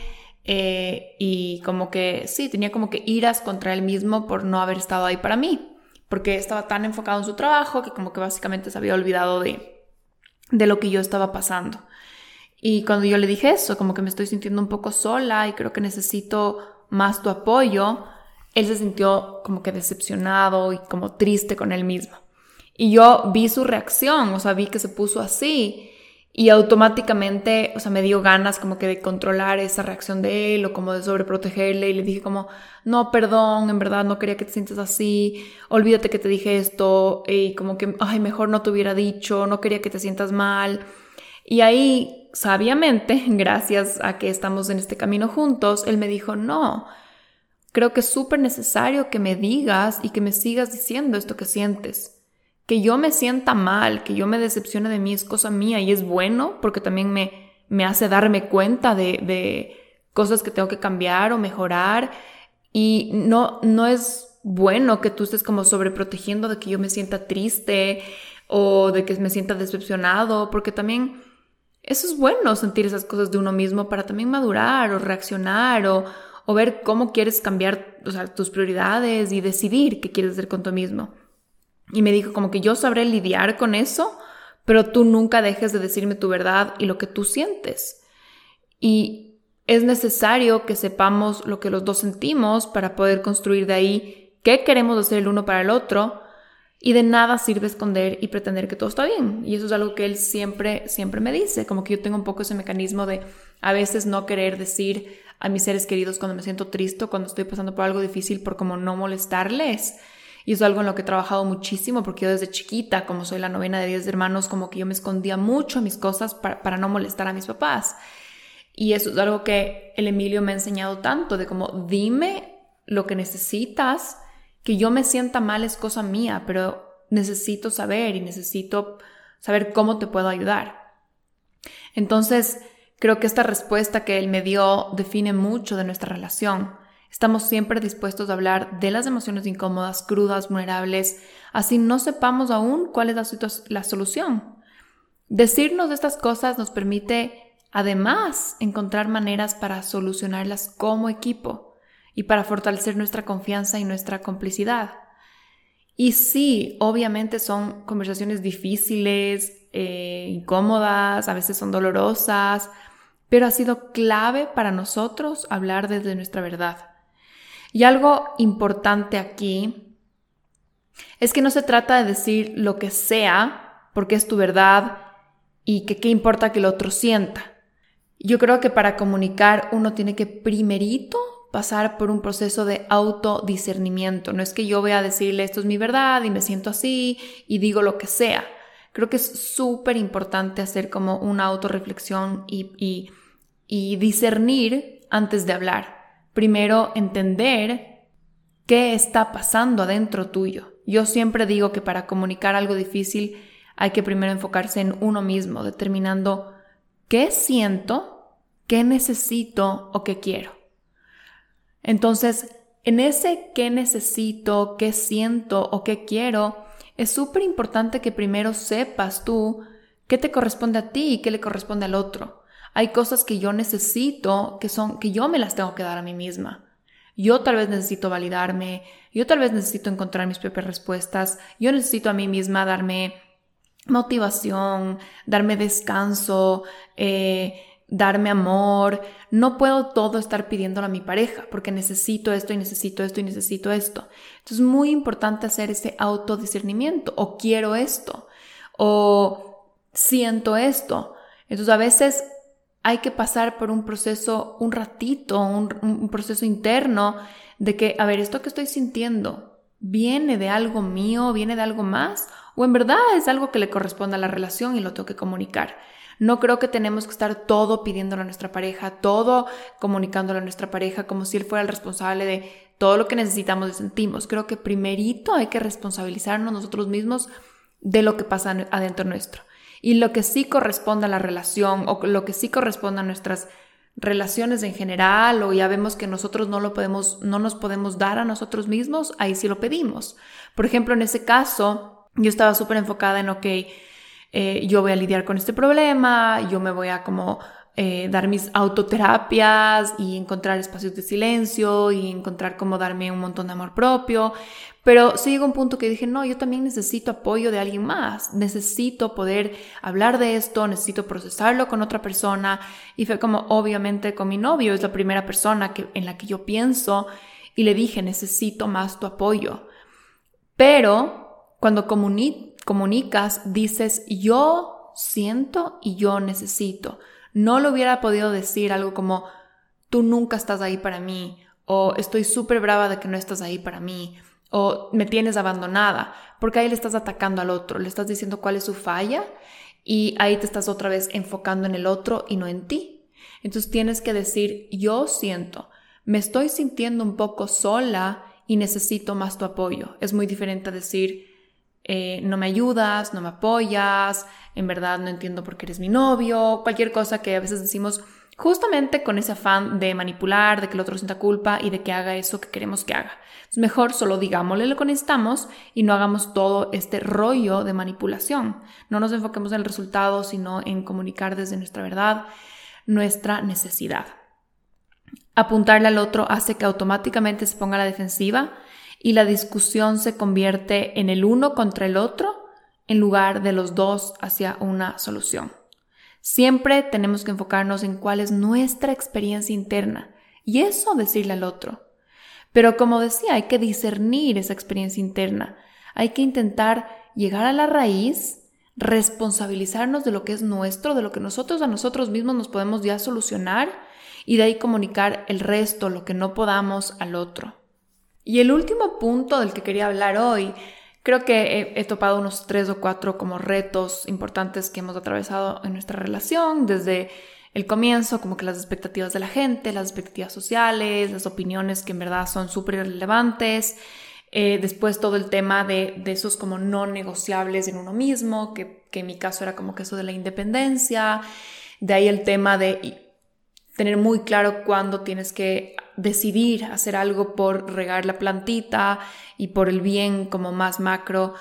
Speaker 1: y como que sí, tenía como que iras contra él mismo por no haber estado ahí para mí, porque estaba tan enfocado en su trabajo que como que básicamente se había olvidado de lo que yo estaba pasando. Y cuando yo le dije eso, como que me estoy sintiendo un poco sola y creo que necesito más tu apoyo, él se sintió como que decepcionado y como triste con él mismo. Y yo vi su reacción, o sea, vi que se puso así y automáticamente, o sea, me dio ganas como que de controlar esa reacción de él o como de sobreprotegerle, y le dije como, no, perdón, en verdad no quería que te sientas así, olvídate que te dije esto, y como que, ay, mejor no te hubiera dicho, no quería que te sientas mal. Y ahí, sabiamente, gracias a que estamos en este camino juntos, él me dijo, no, creo que es súper necesario que me digas y que me sigas diciendo esto que sientes. Que yo me sienta mal, que yo me decepcione de mí es cosa mía y es bueno porque también me hace darme cuenta de cosas que tengo que cambiar o mejorar, y no es bueno que tú estés como sobreprotegiendo de que yo me sienta triste o de que me sienta decepcionado, porque también eso es bueno, sentir esas cosas de uno mismo para también madurar o reaccionar o ver cómo quieres cambiar, o sea, tus prioridades y decidir qué quieres hacer con tú mismo. Y me dijo como que yo sabré lidiar con eso, pero tú nunca dejes de decirme tu verdad y lo que tú sientes. Y es necesario que sepamos lo que los dos sentimos para poder construir de ahí qué queremos hacer el uno para el otro, y de nada sirve esconder y pretender que todo está bien. Y eso es algo que él siempre me dice, como que yo tengo un poco ese mecanismo de a veces no querer decir a mis seres queridos cuando me siento triste, cuando estoy pasando por algo difícil, por como no molestarles. Y eso es algo en lo que he trabajado muchísimo, porque yo desde chiquita, como soy la novena de 10 hermanos, como que yo me escondía mucho mis cosas para no molestar a mis papás. Y eso es algo que el Emilio me ha enseñado tanto, de como dime lo que necesitas, que yo me sienta mal es cosa mía, pero necesito saber y necesito saber cómo te puedo ayudar. Entonces, creo que esta respuesta que él me dio define mucho de nuestra relación. Estamos siempre dispuestos a hablar de las emociones incómodas, crudas, vulnerables, así no sepamos aún cuál es la solución. Decirnos estas cosas nos permite Además, encontrar maneras para solucionarlas como equipo y para fortalecer nuestra confianza y nuestra complicidad. Y sí, obviamente son conversaciones difíciles, incómodas, a veces son dolorosas, pero ha sido clave para nosotros hablar desde nuestra verdad. Y algo importante aquí es que no se trata de decir lo que sea porque es tu verdad y que qué importa que el otro sienta. Yo creo que para comunicar uno tiene que primerito pasar por un proceso de autodiscernimiento. No es que yo voy a decirle esto es mi verdad y me siento así y digo lo que sea. Creo que es súper importante hacer como una autorreflexión y discernir antes de hablar. Primero entender qué está pasando adentro tuyo. Yo siempre digo que para comunicar algo difícil hay que primero enfocarse en uno mismo, determinando qué siento, qué necesito o qué quiero. Entonces, en ese qué necesito, qué siento o qué quiero, es súper importante que primero sepas tú qué te corresponde a ti y qué le corresponde al otro. Hay cosas que yo necesito, que yo me las tengo que dar a mí misma. Yo tal vez necesito validarme, yo tal vez necesito encontrar mis propias respuestas, yo necesito a mí misma darme motivación, darme descanso, darme amor. No puedo todo estar pidiéndolo a mi pareja porque necesito esto y necesito esto y necesito esto. Entonces es muy importante hacer ese autodiscernimiento. O quiero esto, o siento esto. Entonces a veces hay que pasar por un proceso, un ratito, un proceso interno de que, a ver, esto que estoy sintiendo, ¿viene de algo mío? ¿Viene de algo más? ¿O en verdad es algo que le corresponde a la relación y lo tengo que comunicar? No creo que tenemos que estar todo pidiéndolo a nuestra pareja, todo comunicándolo a nuestra pareja como si él fuera el responsable de todo lo que necesitamos y sentimos. Creo que primerito hay que responsabilizarnos nosotros mismos de lo que pasa adentro nuestro. Y lo que sí corresponde a la relación o lo que sí corresponde a nuestras relaciones en general, o ya vemos que nosotros no nos podemos dar a nosotros mismos, ahí sí lo pedimos. Por ejemplo, en ese caso, yo estaba súper enfocada en, yo voy a lidiar con este problema, yo me voy a dar mis autoterapias y encontrar espacios de silencio y encontrar cómo darme un montón de amor propio. Pero sí llegó un punto que dije, no, yo también necesito apoyo de alguien más, necesito poder hablar de esto, necesito procesarlo con otra persona. Y fue como, obviamente, con mi novio, es la primera persona en la que yo pienso, y le dije, necesito más tu apoyo. Pero cuando comunicas, dices, yo siento y yo necesito. No le hubiera podido decir algo como, tú nunca estás ahí para mí, o estoy súper brava de que no estás ahí para mí, o me tienes abandonada, porque ahí le estás atacando al otro, le estás diciendo cuál es su falla y ahí te estás otra vez enfocando en el otro y no en ti. Entonces tienes que decir, yo siento, me estoy sintiendo un poco sola y necesito más tu apoyo. Es muy diferente a decir, no me ayudas, no me apoyas, en verdad no entiendo por qué eres mi novio, cualquier cosa que a veces decimos justamente con ese afán de manipular, de que el otro sienta culpa y de que haga eso que queremos que haga. Es mejor solo digámosle lo que necesitamos y no hagamos todo este rollo de manipulación. No nos enfoquemos en el resultado, sino en comunicar desde nuestra verdad, nuestra necesidad. Apuntarle al otro hace que automáticamente se ponga a la defensiva y la discusión se convierte en el uno contra el otro en lugar de los dos hacia una solución. Siempre tenemos que enfocarnos en cuál es nuestra experiencia interna y eso decirle al otro. Pero como decía, hay que discernir esa experiencia interna. Hay que intentar llegar a la raíz, responsabilizarnos de lo que es nuestro, de lo que nosotros a nosotros mismos nos podemos ya solucionar y de ahí comunicar el resto, lo que no podamos, al otro. Y el último punto del que quería hablar hoy, creo que he topado unos 3 o 4 como retos importantes que hemos atravesado en nuestra relación desde el comienzo, como que las expectativas de la gente, las expectativas sociales, las opiniones que en verdad son súper relevantes. Después todo el tema de esos como no negociables en uno mismo, que en mi caso era como que eso de la independencia. De ahí el tema de tener muy claro cuándo tienes que decidir hacer algo por regar la plantita y por el bien como más macro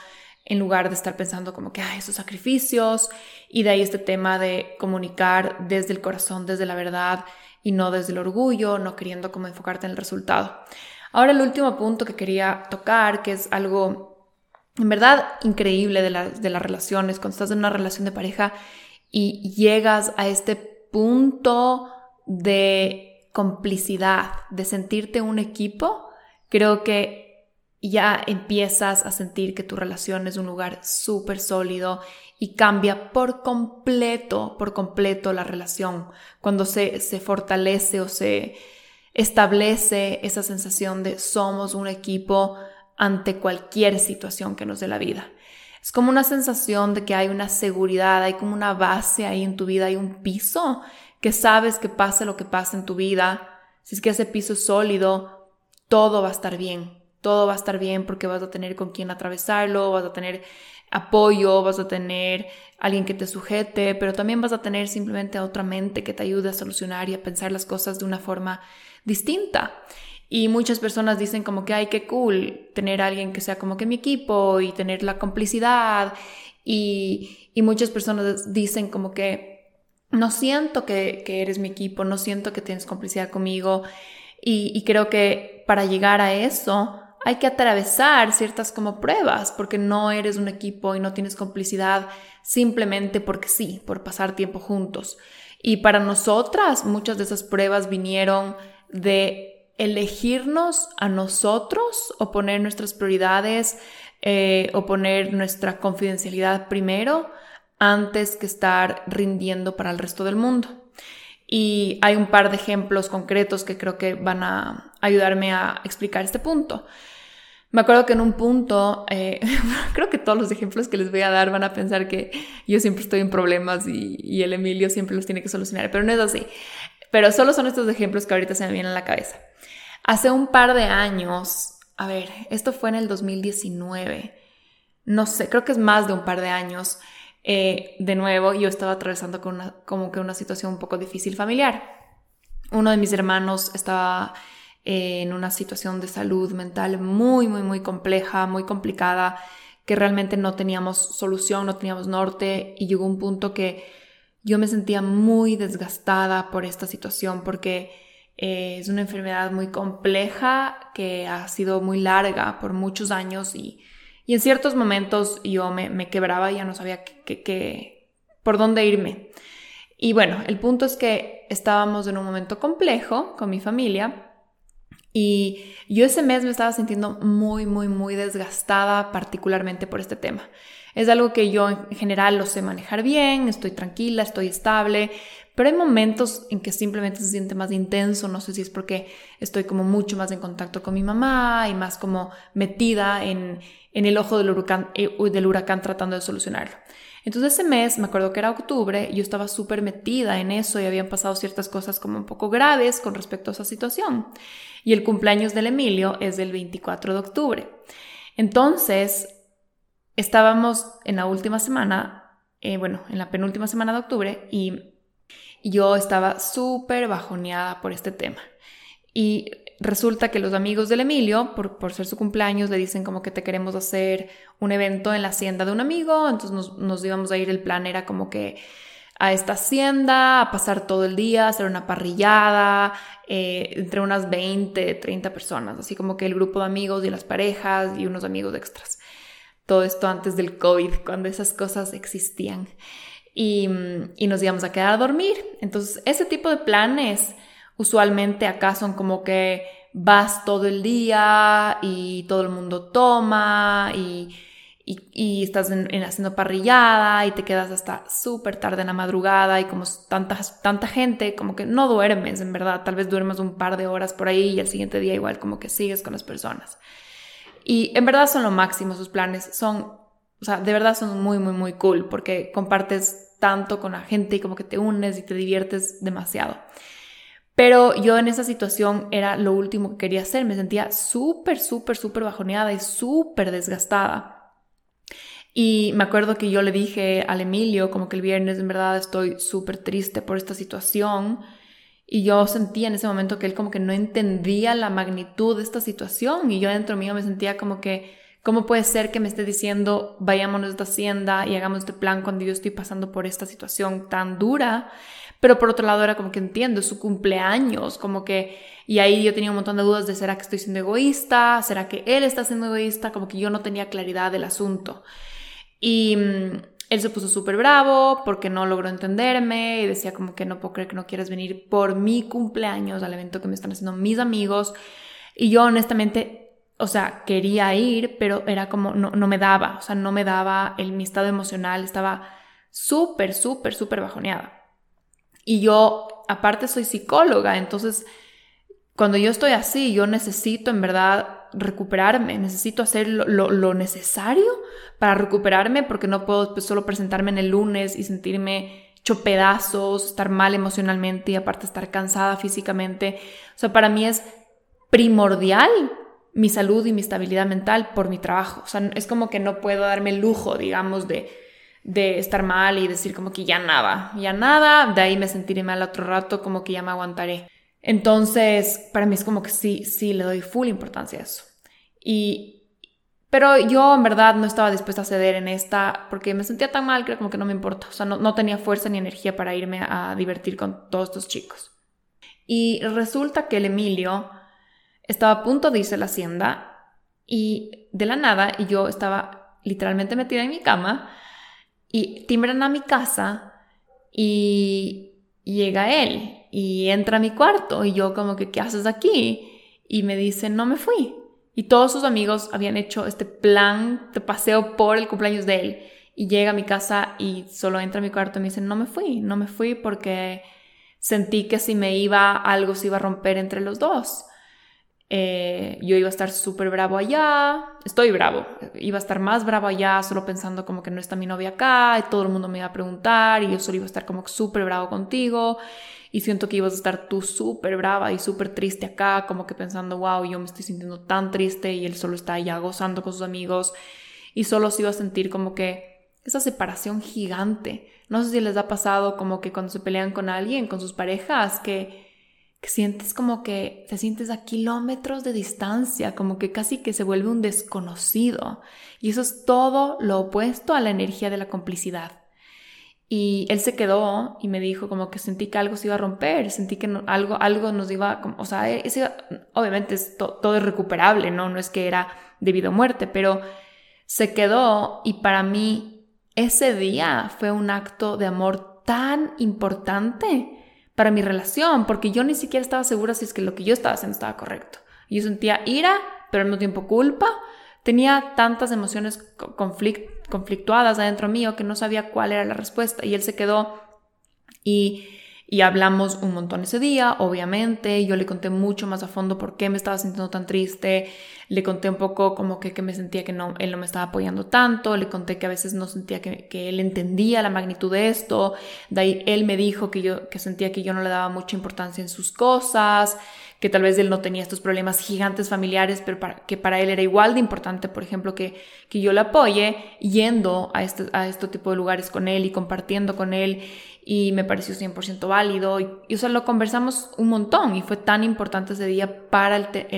Speaker 1: en lugar de estar pensando como que hay esos sacrificios. Y de ahí este tema de comunicar desde el corazón, desde la verdad y no desde el orgullo, no queriendo como enfocarte en el resultado. Ahora el último punto que quería tocar, que es algo en verdad increíble de las relaciones, cuando estás en una relación de pareja y llegas a este punto de complicidad, de sentirte un equipo, creo que ya empiezas a sentir que tu relación es un lugar súper sólido y cambia por completo la relación. Cuando se fortalece o se establece esa sensación de somos un equipo ante cualquier situación que nos dé la vida. Es como una sensación de que hay una seguridad, hay como una base ahí en tu vida, hay un piso que sabes que pase lo que pase en tu vida. Si es que ese piso es sólido, todo va a estar bien. Todo va a estar bien porque vas a tener con quién atravesarlo, vas a tener apoyo, vas a tener alguien que te sujete, pero también vas a tener simplemente a otra mente que te ayude a solucionar y a pensar las cosas de una forma distinta. Y muchas personas dicen como que ay, qué cool tener a alguien que sea como que mi equipo y tener la complicidad. Y muchas personas dicen como que no siento que eres mi equipo, no siento que tienes complicidad conmigo. Y creo que para llegar a eso hay que atravesar ciertas como pruebas, porque no eres un equipo y no tienes complicidad simplemente porque sí, por pasar tiempo juntos. Y para nosotras muchas de esas pruebas vinieron de elegirnos a nosotros o poner nuestras prioridades o poner nuestra confidencialidad primero antes que estar rindiendo para el resto del mundo. Y hay un par de ejemplos concretos que creo que van a ayudarme a explicar este punto. Me acuerdo que en un punto, creo que todos los ejemplos que les voy a dar van a pensar que yo siempre estoy en problemas y el Emilio siempre los tiene que solucionar, pero no es así. Pero solo son estos ejemplos que ahorita se me vienen a la cabeza. Hace un par de años, a ver, esto fue en el 2019, no sé, creo que es más de un par de años, de nuevo yo estaba atravesando como que una situación un poco difícil familiar. Uno de mis hermanos estaba en una situación de salud mental muy, muy, muy compleja, muy complicada, que realmente no teníamos solución, no teníamos norte, y llegó un punto que yo me sentía muy desgastada por esta situación porque es una enfermedad muy compleja que ha sido muy larga por muchos años y en ciertos momentos yo me quebraba y ya no sabía por dónde irme. Y bueno, el punto es que estábamos en un momento complejo con mi familia y yo ese mes me estaba sintiendo muy, muy, muy desgastada, particularmente por este tema. Es algo que yo en general lo sé manejar bien, estoy tranquila, estoy estable, pero hay momentos en que simplemente se siente más intenso. No sé si es porque estoy como mucho más en contacto con mi mamá y más como metida en el ojo del huracán tratando de solucionarlo. Entonces ese mes, me acuerdo que era octubre, yo estaba súper metida en eso y habían pasado ciertas cosas como un poco graves con respecto a esa situación. Y el cumpleaños del Emilio es del 24 de octubre. Entonces estábamos en la última semana, en la penúltima semana de octubre y yo estaba súper bajoneada por este tema. Y resulta que los amigos del Emilio, por ser su cumpleaños, le dicen como que te queremos hacer un evento en la hacienda de un amigo. Entonces nos íbamos a ir, el plan era como que a esta hacienda, a pasar todo el día, a hacer una parrillada, entre unas 20, 30 personas, así como que el grupo de amigos y las parejas y unos amigos extras. Todo esto antes del COVID, cuando esas cosas existían. Y nos íbamos a quedar a dormir. Entonces, ese tipo de planes usualmente acá son como que vas todo el día y todo el mundo toma y estás haciendo parrillada y te quedas hasta súper tarde en la madrugada y como tanta gente, como que no duermes, en verdad. Tal vez duermes un par de horas por ahí y al siguiente día igual como que sigues con las personas. Y en verdad son lo máximo sus planes, de verdad son muy, muy, muy cool porque compartes tanto con la gente y como que te unes y te diviertes demasiado. Pero yo en esa situación era lo último que quería hacer, me sentía súper, súper, súper bajoneada y súper desgastada. Y me acuerdo que yo le dije al Emilio como que el viernes en verdad estoy súper triste por esta situación. Y yo sentía en ese momento que él como que no entendía la magnitud de esta situación y yo dentro mío me sentía como que ¿Cómo puede ser que me esté diciendo vayámonos a esta hacienda y hagamos este plan cuando yo estoy pasando por esta situación tan dura? Pero por otro lado era como que entiendo, es su cumpleaños, como que... Y ahí yo tenía un montón de dudas de ¿será que estoy siendo egoísta? ¿Será que él está siendo egoísta? Como que yo no tenía claridad del asunto. Y él se puso súper bravo porque no logró entenderme y decía como que no puedo creer que no quieras venir por mi cumpleaños al evento que me están haciendo mis amigos. Y yo honestamente, o sea, quería ir, pero era como, no me daba, o sea, no me daba, mi estado emocional estaba súper bajoneada. Y yo, aparte soy psicóloga, entonces cuando yo estoy así, yo necesito en verdad recuperarme, necesito hacer lo necesario para recuperarme porque no puedo pues, solo presentarme en el lunes y sentirme hecho pedazos, estar mal emocionalmente y aparte estar cansada físicamente. O sea, para mí es primordial mi salud y mi estabilidad mental por mi trabajo. O sea, es como que no puedo darme el lujo, digamos, de estar mal y decir como que ya nada, de ahí me sentiré mal otro rato, como que ya me aguantaré. Entonces, para mí es como que sí le doy full importancia a eso. Pero yo en verdad no estaba dispuesta a ceder en esta porque me sentía tan mal que como que no me importa. O sea, no tenía fuerza ni energía para irme a divertir con todos estos chicos. Y resulta que el Emilio estaba a punto de irse a la hacienda y de la nada, y yo estaba literalmente metida en mi cama y timbran a mi casa y llega él y entra a mi cuarto y yo como que ¿qué haces aquí? Y me dice no me fui. Y todos sus amigos habían hecho este plan de paseo por el cumpleaños de él y llega a mi casa y solo entra a mi cuarto y me dice no me fui porque sentí que si me iba algo se iba a romper entre los dos. Yo iba a estar súper bravo allá, estoy bravo, iba a estar más bravo allá solo pensando como que no está mi novia acá y todo el mundo me iba a preguntar y yo solo iba a estar como súper bravo contigo y siento que ibas a estar tú súper brava y súper triste acá, como que pensando wow, yo me estoy sintiendo tan triste y él solo está allá gozando con sus amigos y solo se iba a sentir como que esa separación gigante. No sé si les ha pasado como que cuando se pelean con alguien, con sus parejas, que sientes como que te sientes a kilómetros de distancia, como que casi que se vuelve un desconocido. Y eso es todo lo opuesto a la energía de la complicidad. Y él se quedó y me dijo como que sentí que algo se iba a romper, sentí que algo nos iba, o sea, obviamente todo es recuperable, ¿no? No es que era debido a muerte, pero se quedó y para mí ese día fue un acto de amor tan importante para mi relación, porque yo ni siquiera estaba segura si es que lo que yo estaba haciendo estaba correcto. Yo sentía ira, pero al mismo tiempo culpa. Tenía tantas emociones conflictuadas adentro mío que no sabía cuál era la respuesta. Y él se quedó y hablamos un montón ese día, obviamente. Yo le conté mucho más a fondo por qué me estaba sintiendo tan triste. Le conté un poco como que me sentía que él no me estaba apoyando tanto. Le conté que a veces no sentía que él entendía la magnitud de esto. De ahí él me dijo que sentía que yo no le daba mucha importancia en sus cosas, que tal vez él no tenía estos problemas gigantes familiares, pero que para él era igual de importante, por ejemplo, que yo le apoye yendo a este tipo de lugares con él y compartiendo con él. Y me pareció 100% válido y o sea, lo conversamos un montón y fue tan importante ese día para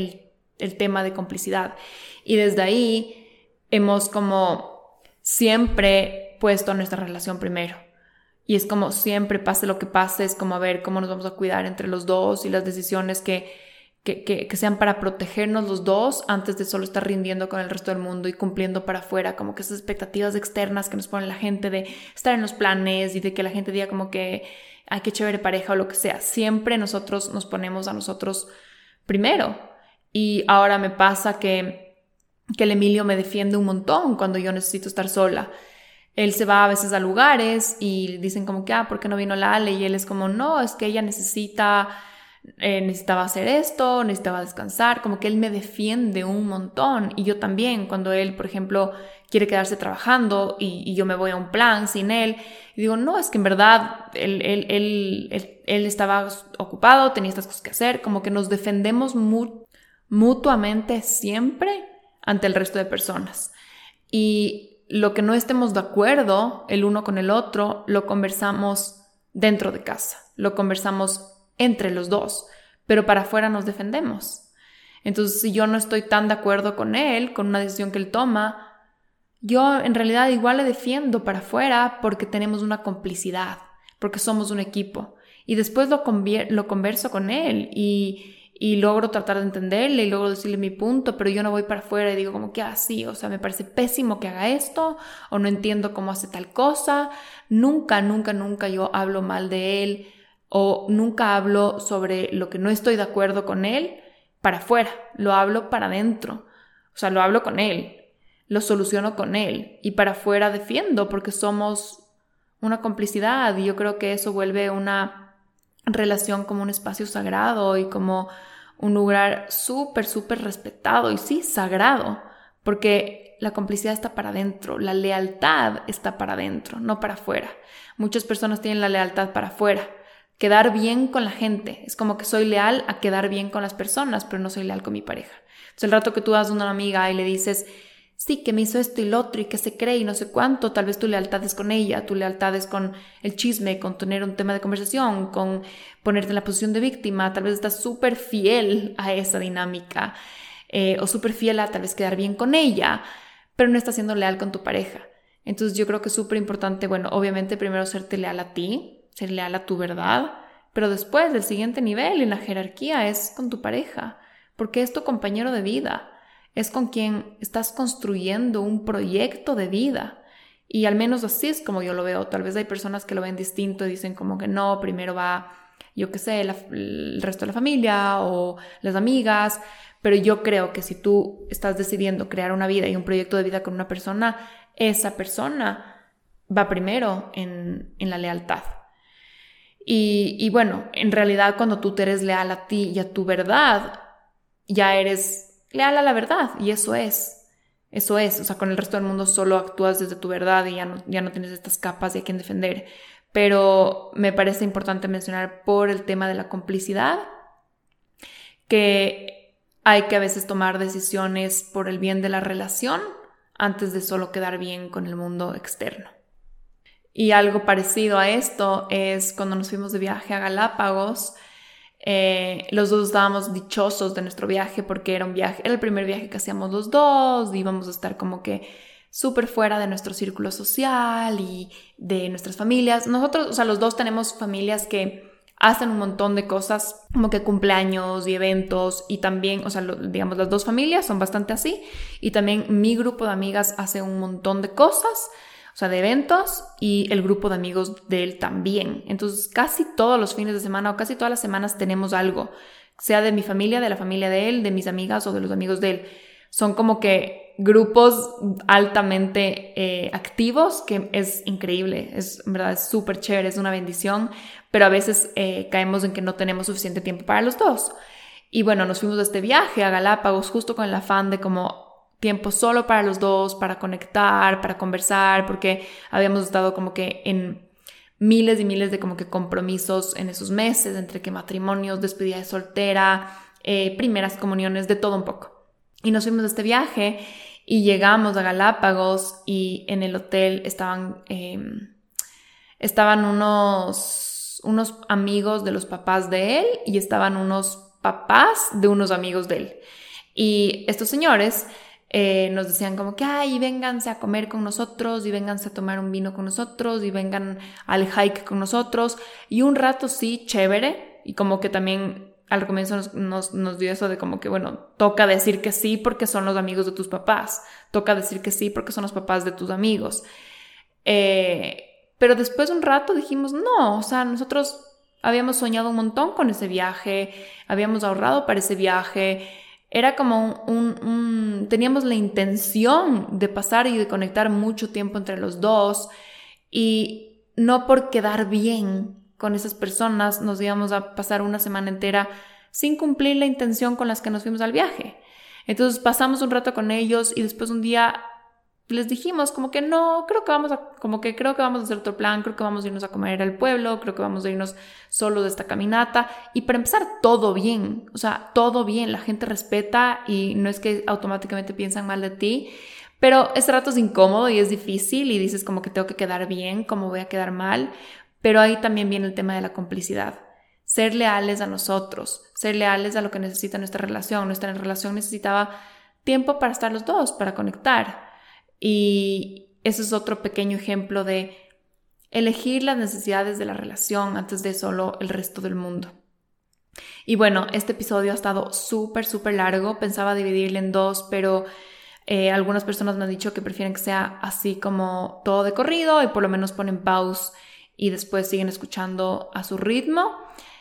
Speaker 1: el tema de complicidad. Y desde ahí hemos como siempre puesto nuestra relación primero. Y es como siempre, pase lo que pase, es como a ver cómo nos vamos a cuidar entre los dos y las decisiones que sean para protegernos los dos antes de solo estar rindiendo con el resto del mundo y cumpliendo para afuera, como que esas expectativas externas que nos pone la gente de estar en los planes y de que la gente diga como que ay, qué chévere pareja o lo que sea. Siempre nosotros nos ponemos a nosotros primero. Y ahora me pasa que el Emilio me defiende un montón cuando yo necesito estar sola. Él se va a veces a lugares y dicen como que, ¿por qué no vino la Ale? Y él es como, no, es que ella necesitaba hacer esto, necesitaba descansar, como que él me defiende un montón. Y yo también, cuando él, por ejemplo, quiere quedarse trabajando y yo me voy a un plan sin él, y digo, no, es que en verdad él estaba ocupado, tenía estas cosas que hacer, como que nos defendemos mutuamente siempre ante el resto de personas. Y lo que no estemos de acuerdo el uno con el otro, lo conversamos dentro de casa, lo conversamos entre los dos, pero para afuera nos defendemos. Entonces, si yo no estoy tan de acuerdo con él, con una decisión que él toma, yo en realidad igual le defiendo para afuera porque tenemos una complicidad, porque somos un equipo. Y después lo converso con él y logro tratar de entenderle y logro decirle mi punto, pero yo no voy para afuera y digo como que así, o sea, me parece pésimo que haga esto o no entiendo cómo hace tal cosa. Nunca yo hablo mal de él o nunca hablo sobre lo que no estoy de acuerdo con él para afuera, lo hablo para adentro, o sea, lo hablo con él, lo soluciono con él y para afuera defiendo porque somos una complicidad y yo creo que eso vuelve una relación como un espacio sagrado y como un lugar súper respetado y sí, sagrado, porque la complicidad está para adentro, la lealtad está para adentro, no para afuera. Muchas personas tienen la lealtad para afuera, quedar bien con la gente, es como que soy leal a quedar bien con las personas, pero no soy leal con mi pareja. Entonces el rato que tú das a una amiga y le dices, sí, que me hizo esto y lo otro y que se cree y no sé cuánto, tal vez tu lealtad es con ella, tu lealtad es con el chisme, con tener un tema de conversación, con ponerte en la posición de víctima, tal vez estás súper fiel a esa dinámica o súper fiel a tal vez quedar bien con ella, pero no estás siendo leal con tu pareja. Entonces yo creo que es súper importante, bueno, obviamente primero serte leal a ti, ser leal a tu verdad, pero después el siguiente nivel en la jerarquía es con tu pareja, porque es tu compañero de vida. Es con quien estás construyendo un proyecto de vida. Y al menos así es como yo lo veo. Tal vez hay personas que lo ven distinto y dicen como que no, primero va, yo qué sé, el resto de la familia o las amigas. Pero yo creo que si tú estás decidiendo crear una vida y un proyecto de vida con una persona, esa persona va primero en la lealtad. Y bueno, en realidad cuando tú te eres leal a ti y a tu verdad, ya eres leal a la verdad y eso es, o sea, con el resto del mundo solo actúas desde tu verdad y ya no tienes estas capas de a quién defender, pero me parece importante mencionar por el tema de la complicidad que hay que a veces tomar decisiones por el bien de la relación antes de solo quedar bien con el mundo externo. Y algo parecido a esto es cuando nos fuimos de viaje a Galápagos. Los dos estábamos dichosos de nuestro viaje porque era el primer viaje que hacíamos los dos, íbamos a estar como que súper fuera de nuestro círculo social y de nuestras familias. Nosotros, o sea, los dos tenemos familias que hacen un montón de cosas como que cumpleaños y eventos y también, o sea, digamos, las dos familias son bastante así y también mi grupo de amigas hace un montón de cosas, o sea, de eventos y el grupo de amigos de él también. Entonces, casi todos los fines de semana o casi todas las semanas tenemos algo, sea de mi familia, de la familia de él, de mis amigas o de los amigos de él. Son como que grupos altamente activos, que es increíble, en verdad es súper chévere, es una bendición, pero a veces caemos en que no tenemos suficiente tiempo para los dos. Y bueno, nos fuimos de este viaje a Galápagos justo con el afán de como tiempo solo para los dos, para conectar, para conversar, porque habíamos estado como que en miles y miles de como que compromisos en esos meses, entre que matrimonios, despedida de soltera, primeras comuniones, de todo un poco. Y nos fuimos de este viaje y llegamos a Galápagos y en el hotel estaban unos amigos de los papás de él y estaban unos papás de unos amigos de él. Y estos señores nos decían como que, ay, vénganse a comer con nosotros y vénganse a tomar un vino con nosotros y vengan al hike con nosotros. Y un rato sí, chévere. Y como que también al comienzo nos dio eso de como que, bueno, toca decir que sí porque son los amigos de tus papás. Toca decir que sí porque son los papás de tus amigos. Pero después de un rato dijimos, no, o sea, nosotros habíamos soñado un montón con ese viaje, habíamos ahorrado para ese viaje. Era como teníamos la intención de pasar y de conectar mucho tiempo entre los dos y no por quedar bien con esas personas nos íbamos a pasar una semana entera sin cumplir la intención con las que nos fuimos al viaje. Entonces pasamos un rato con ellos y después un día les dijimos como que no, creo que vamos a hacer otro plan, creo que vamos a irnos a comer al pueblo, creo que vamos a irnos solo de esta caminata y para empezar todo bien, o sea, todo bien, la gente respeta y no es que automáticamente piensan mal de ti, pero ese rato es incómodo y es difícil y dices como que tengo que quedar bien, cómo voy a quedar mal, pero ahí también viene el tema de la complicidad. ser leales a nosotros, ser leales a lo que necesita nuestra relación. Nuestra relación necesitaba tiempo para estar los dos, para conectar. Y ese es otro pequeño ejemplo de elegir las necesidades de la relación antes de solo el resto del mundo. Y bueno, este episodio ha estado súper largo. Pensaba dividirlo en 2, pero algunas personas me han dicho que prefieren que sea así como todo de corrido y por lo menos ponen pause y después siguen escuchando a su ritmo.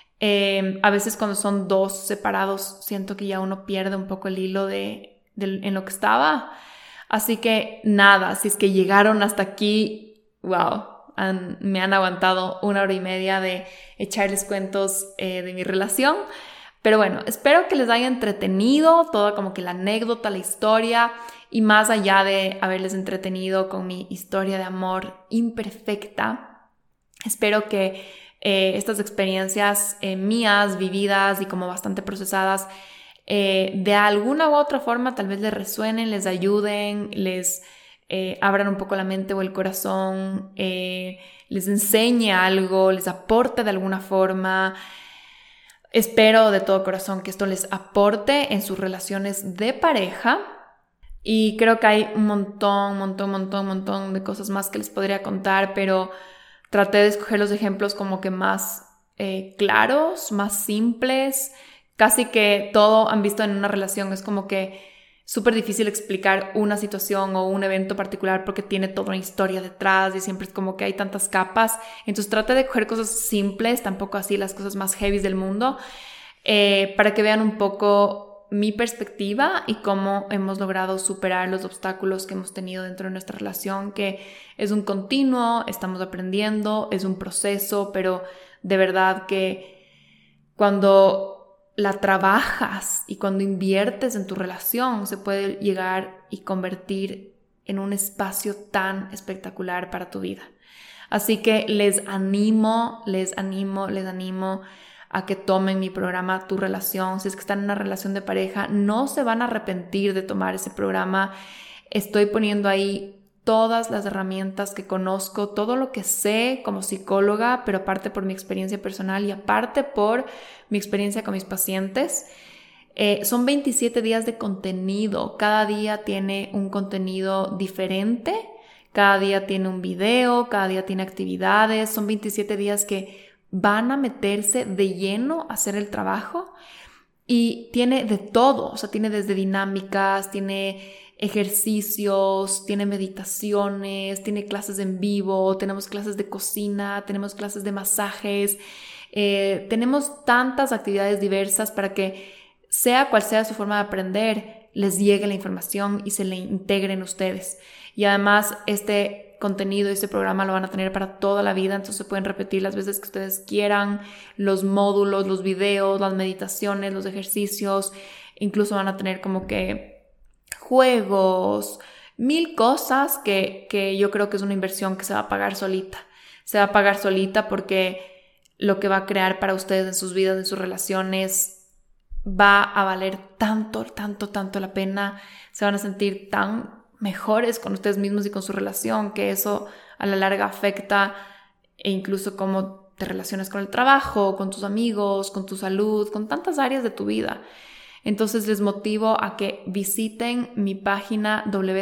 Speaker 1: A veces cuando son 2 separados siento que ya uno pierde un poco el hilo en lo que estaba. Así que nada, si es que llegaron hasta aquí, wow, me han aguantado 1 hora y media de echarles cuentos de mi relación. Pero bueno, espero que les haya entretenido toda como que la anécdota, la historia, y más allá de haberles entretenido con mi historia de amor imperfecta, espero que estas experiencias mías, vividas y como bastante procesadas, de alguna u otra forma tal vez les resuenen, les ayuden, les abran un poco la mente o el corazón, les enseñe algo, les aporte de alguna forma. Espero de todo corazón que esto les aporte en sus relaciones de pareja. Y creo que hay un montón de cosas más que les podría contar, pero traté de escoger los ejemplos como que más claros, más simples. Casi que todo han visto en una relación. Es como que súper difícil explicar una situación o un evento particular porque tiene toda una historia detrás y siempre es como que hay tantas capas. Entonces traté de coger cosas simples, tampoco así las cosas más heavy del mundo, para que vean un poco mi perspectiva y cómo hemos logrado superar los obstáculos que hemos tenido dentro de nuestra relación, que es un continuo, estamos aprendiendo, es un proceso, pero de verdad que cuando la trabajas y cuando inviertes en tu relación se puede llegar y convertir en un espacio tan espectacular para tu vida. Así que les animo a que tomen mi programa Tu Relación. Si es que están en una relación de pareja, no se van a arrepentir de tomar ese programa. Estoy poniendo ahí todas las herramientas que conozco, todo lo que sé como psicóloga, pero aparte por mi experiencia personal y aparte por mi experiencia con mis pacientes. Son 27 días de contenido. Cada día tiene un contenido diferente. Cada día tiene un video, cada día tiene actividades. Son 27 días que van a meterse de lleno a hacer el trabajo y tiene de todo, o sea, tiene desde dinámicas, tiene ejercicios, tiene meditaciones, tiene clases en vivo, tenemos clases de cocina, tenemos clases de masajes, tenemos tantas actividades diversas para que sea cual sea su forma de aprender, les llegue la información y se le integre en ustedes. Y además este contenido, este programa lo van a tener para toda la vida, entonces se pueden repetir las veces que ustedes quieran, los módulos, los videos, las meditaciones, los ejercicios, incluso van a tener como que juegos, 1000 cosas que yo creo que es una inversión que se va a pagar solita. Se va a pagar solita porque lo que va a crear para ustedes en sus vidas, en sus relaciones, va a valer tanto la pena. Se van a sentir tan mejores con ustedes mismos y con su relación, que eso a la larga afecta e incluso cómo te relacionas con el trabajo, con tus amigos, con tu salud, con tantas áreas de tu vida. Entonces les motivo a que visiten mi página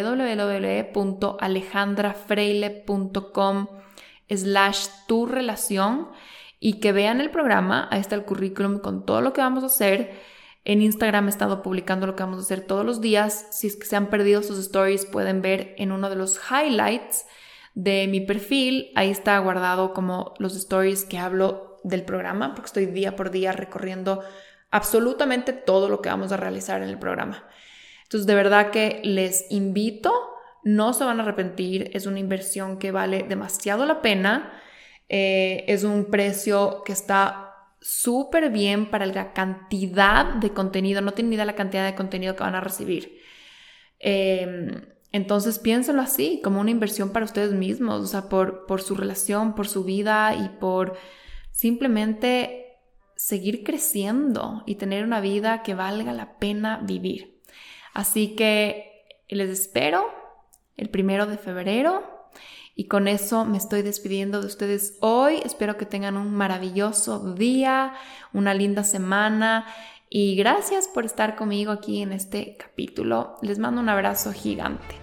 Speaker 1: www.alejandrafreile.com/turrelación y que vean el programa. Ahí está el currículum con todo lo que vamos a hacer. En Instagram he estado publicando lo que vamos a hacer todos los días. Si es que se han perdido sus stories, pueden ver en uno de los highlights de mi perfil. Ahí está guardado como los stories que hablo del programa, porque estoy día por día recorriendo absolutamente todo lo que vamos a realizar en el programa. Entonces, de verdad que les invito, no se van a arrepentir. Es una inversión que vale demasiado la pena. Es un precio que está súper bien para la cantidad de contenido. No tienen ni idea la cantidad de contenido que van a recibir. Entonces piénsenlo así, como una inversión para ustedes mismos, o sea, por su relación, por su vida y por simplemente seguir creciendo y tener una vida que valga la pena vivir. Así que les espero el 1 de febrero Y con eso me estoy despidiendo de ustedes hoy. Espero que tengan un maravilloso día, una linda semana y gracias por estar conmigo aquí en este capítulo. Les mando un abrazo gigante.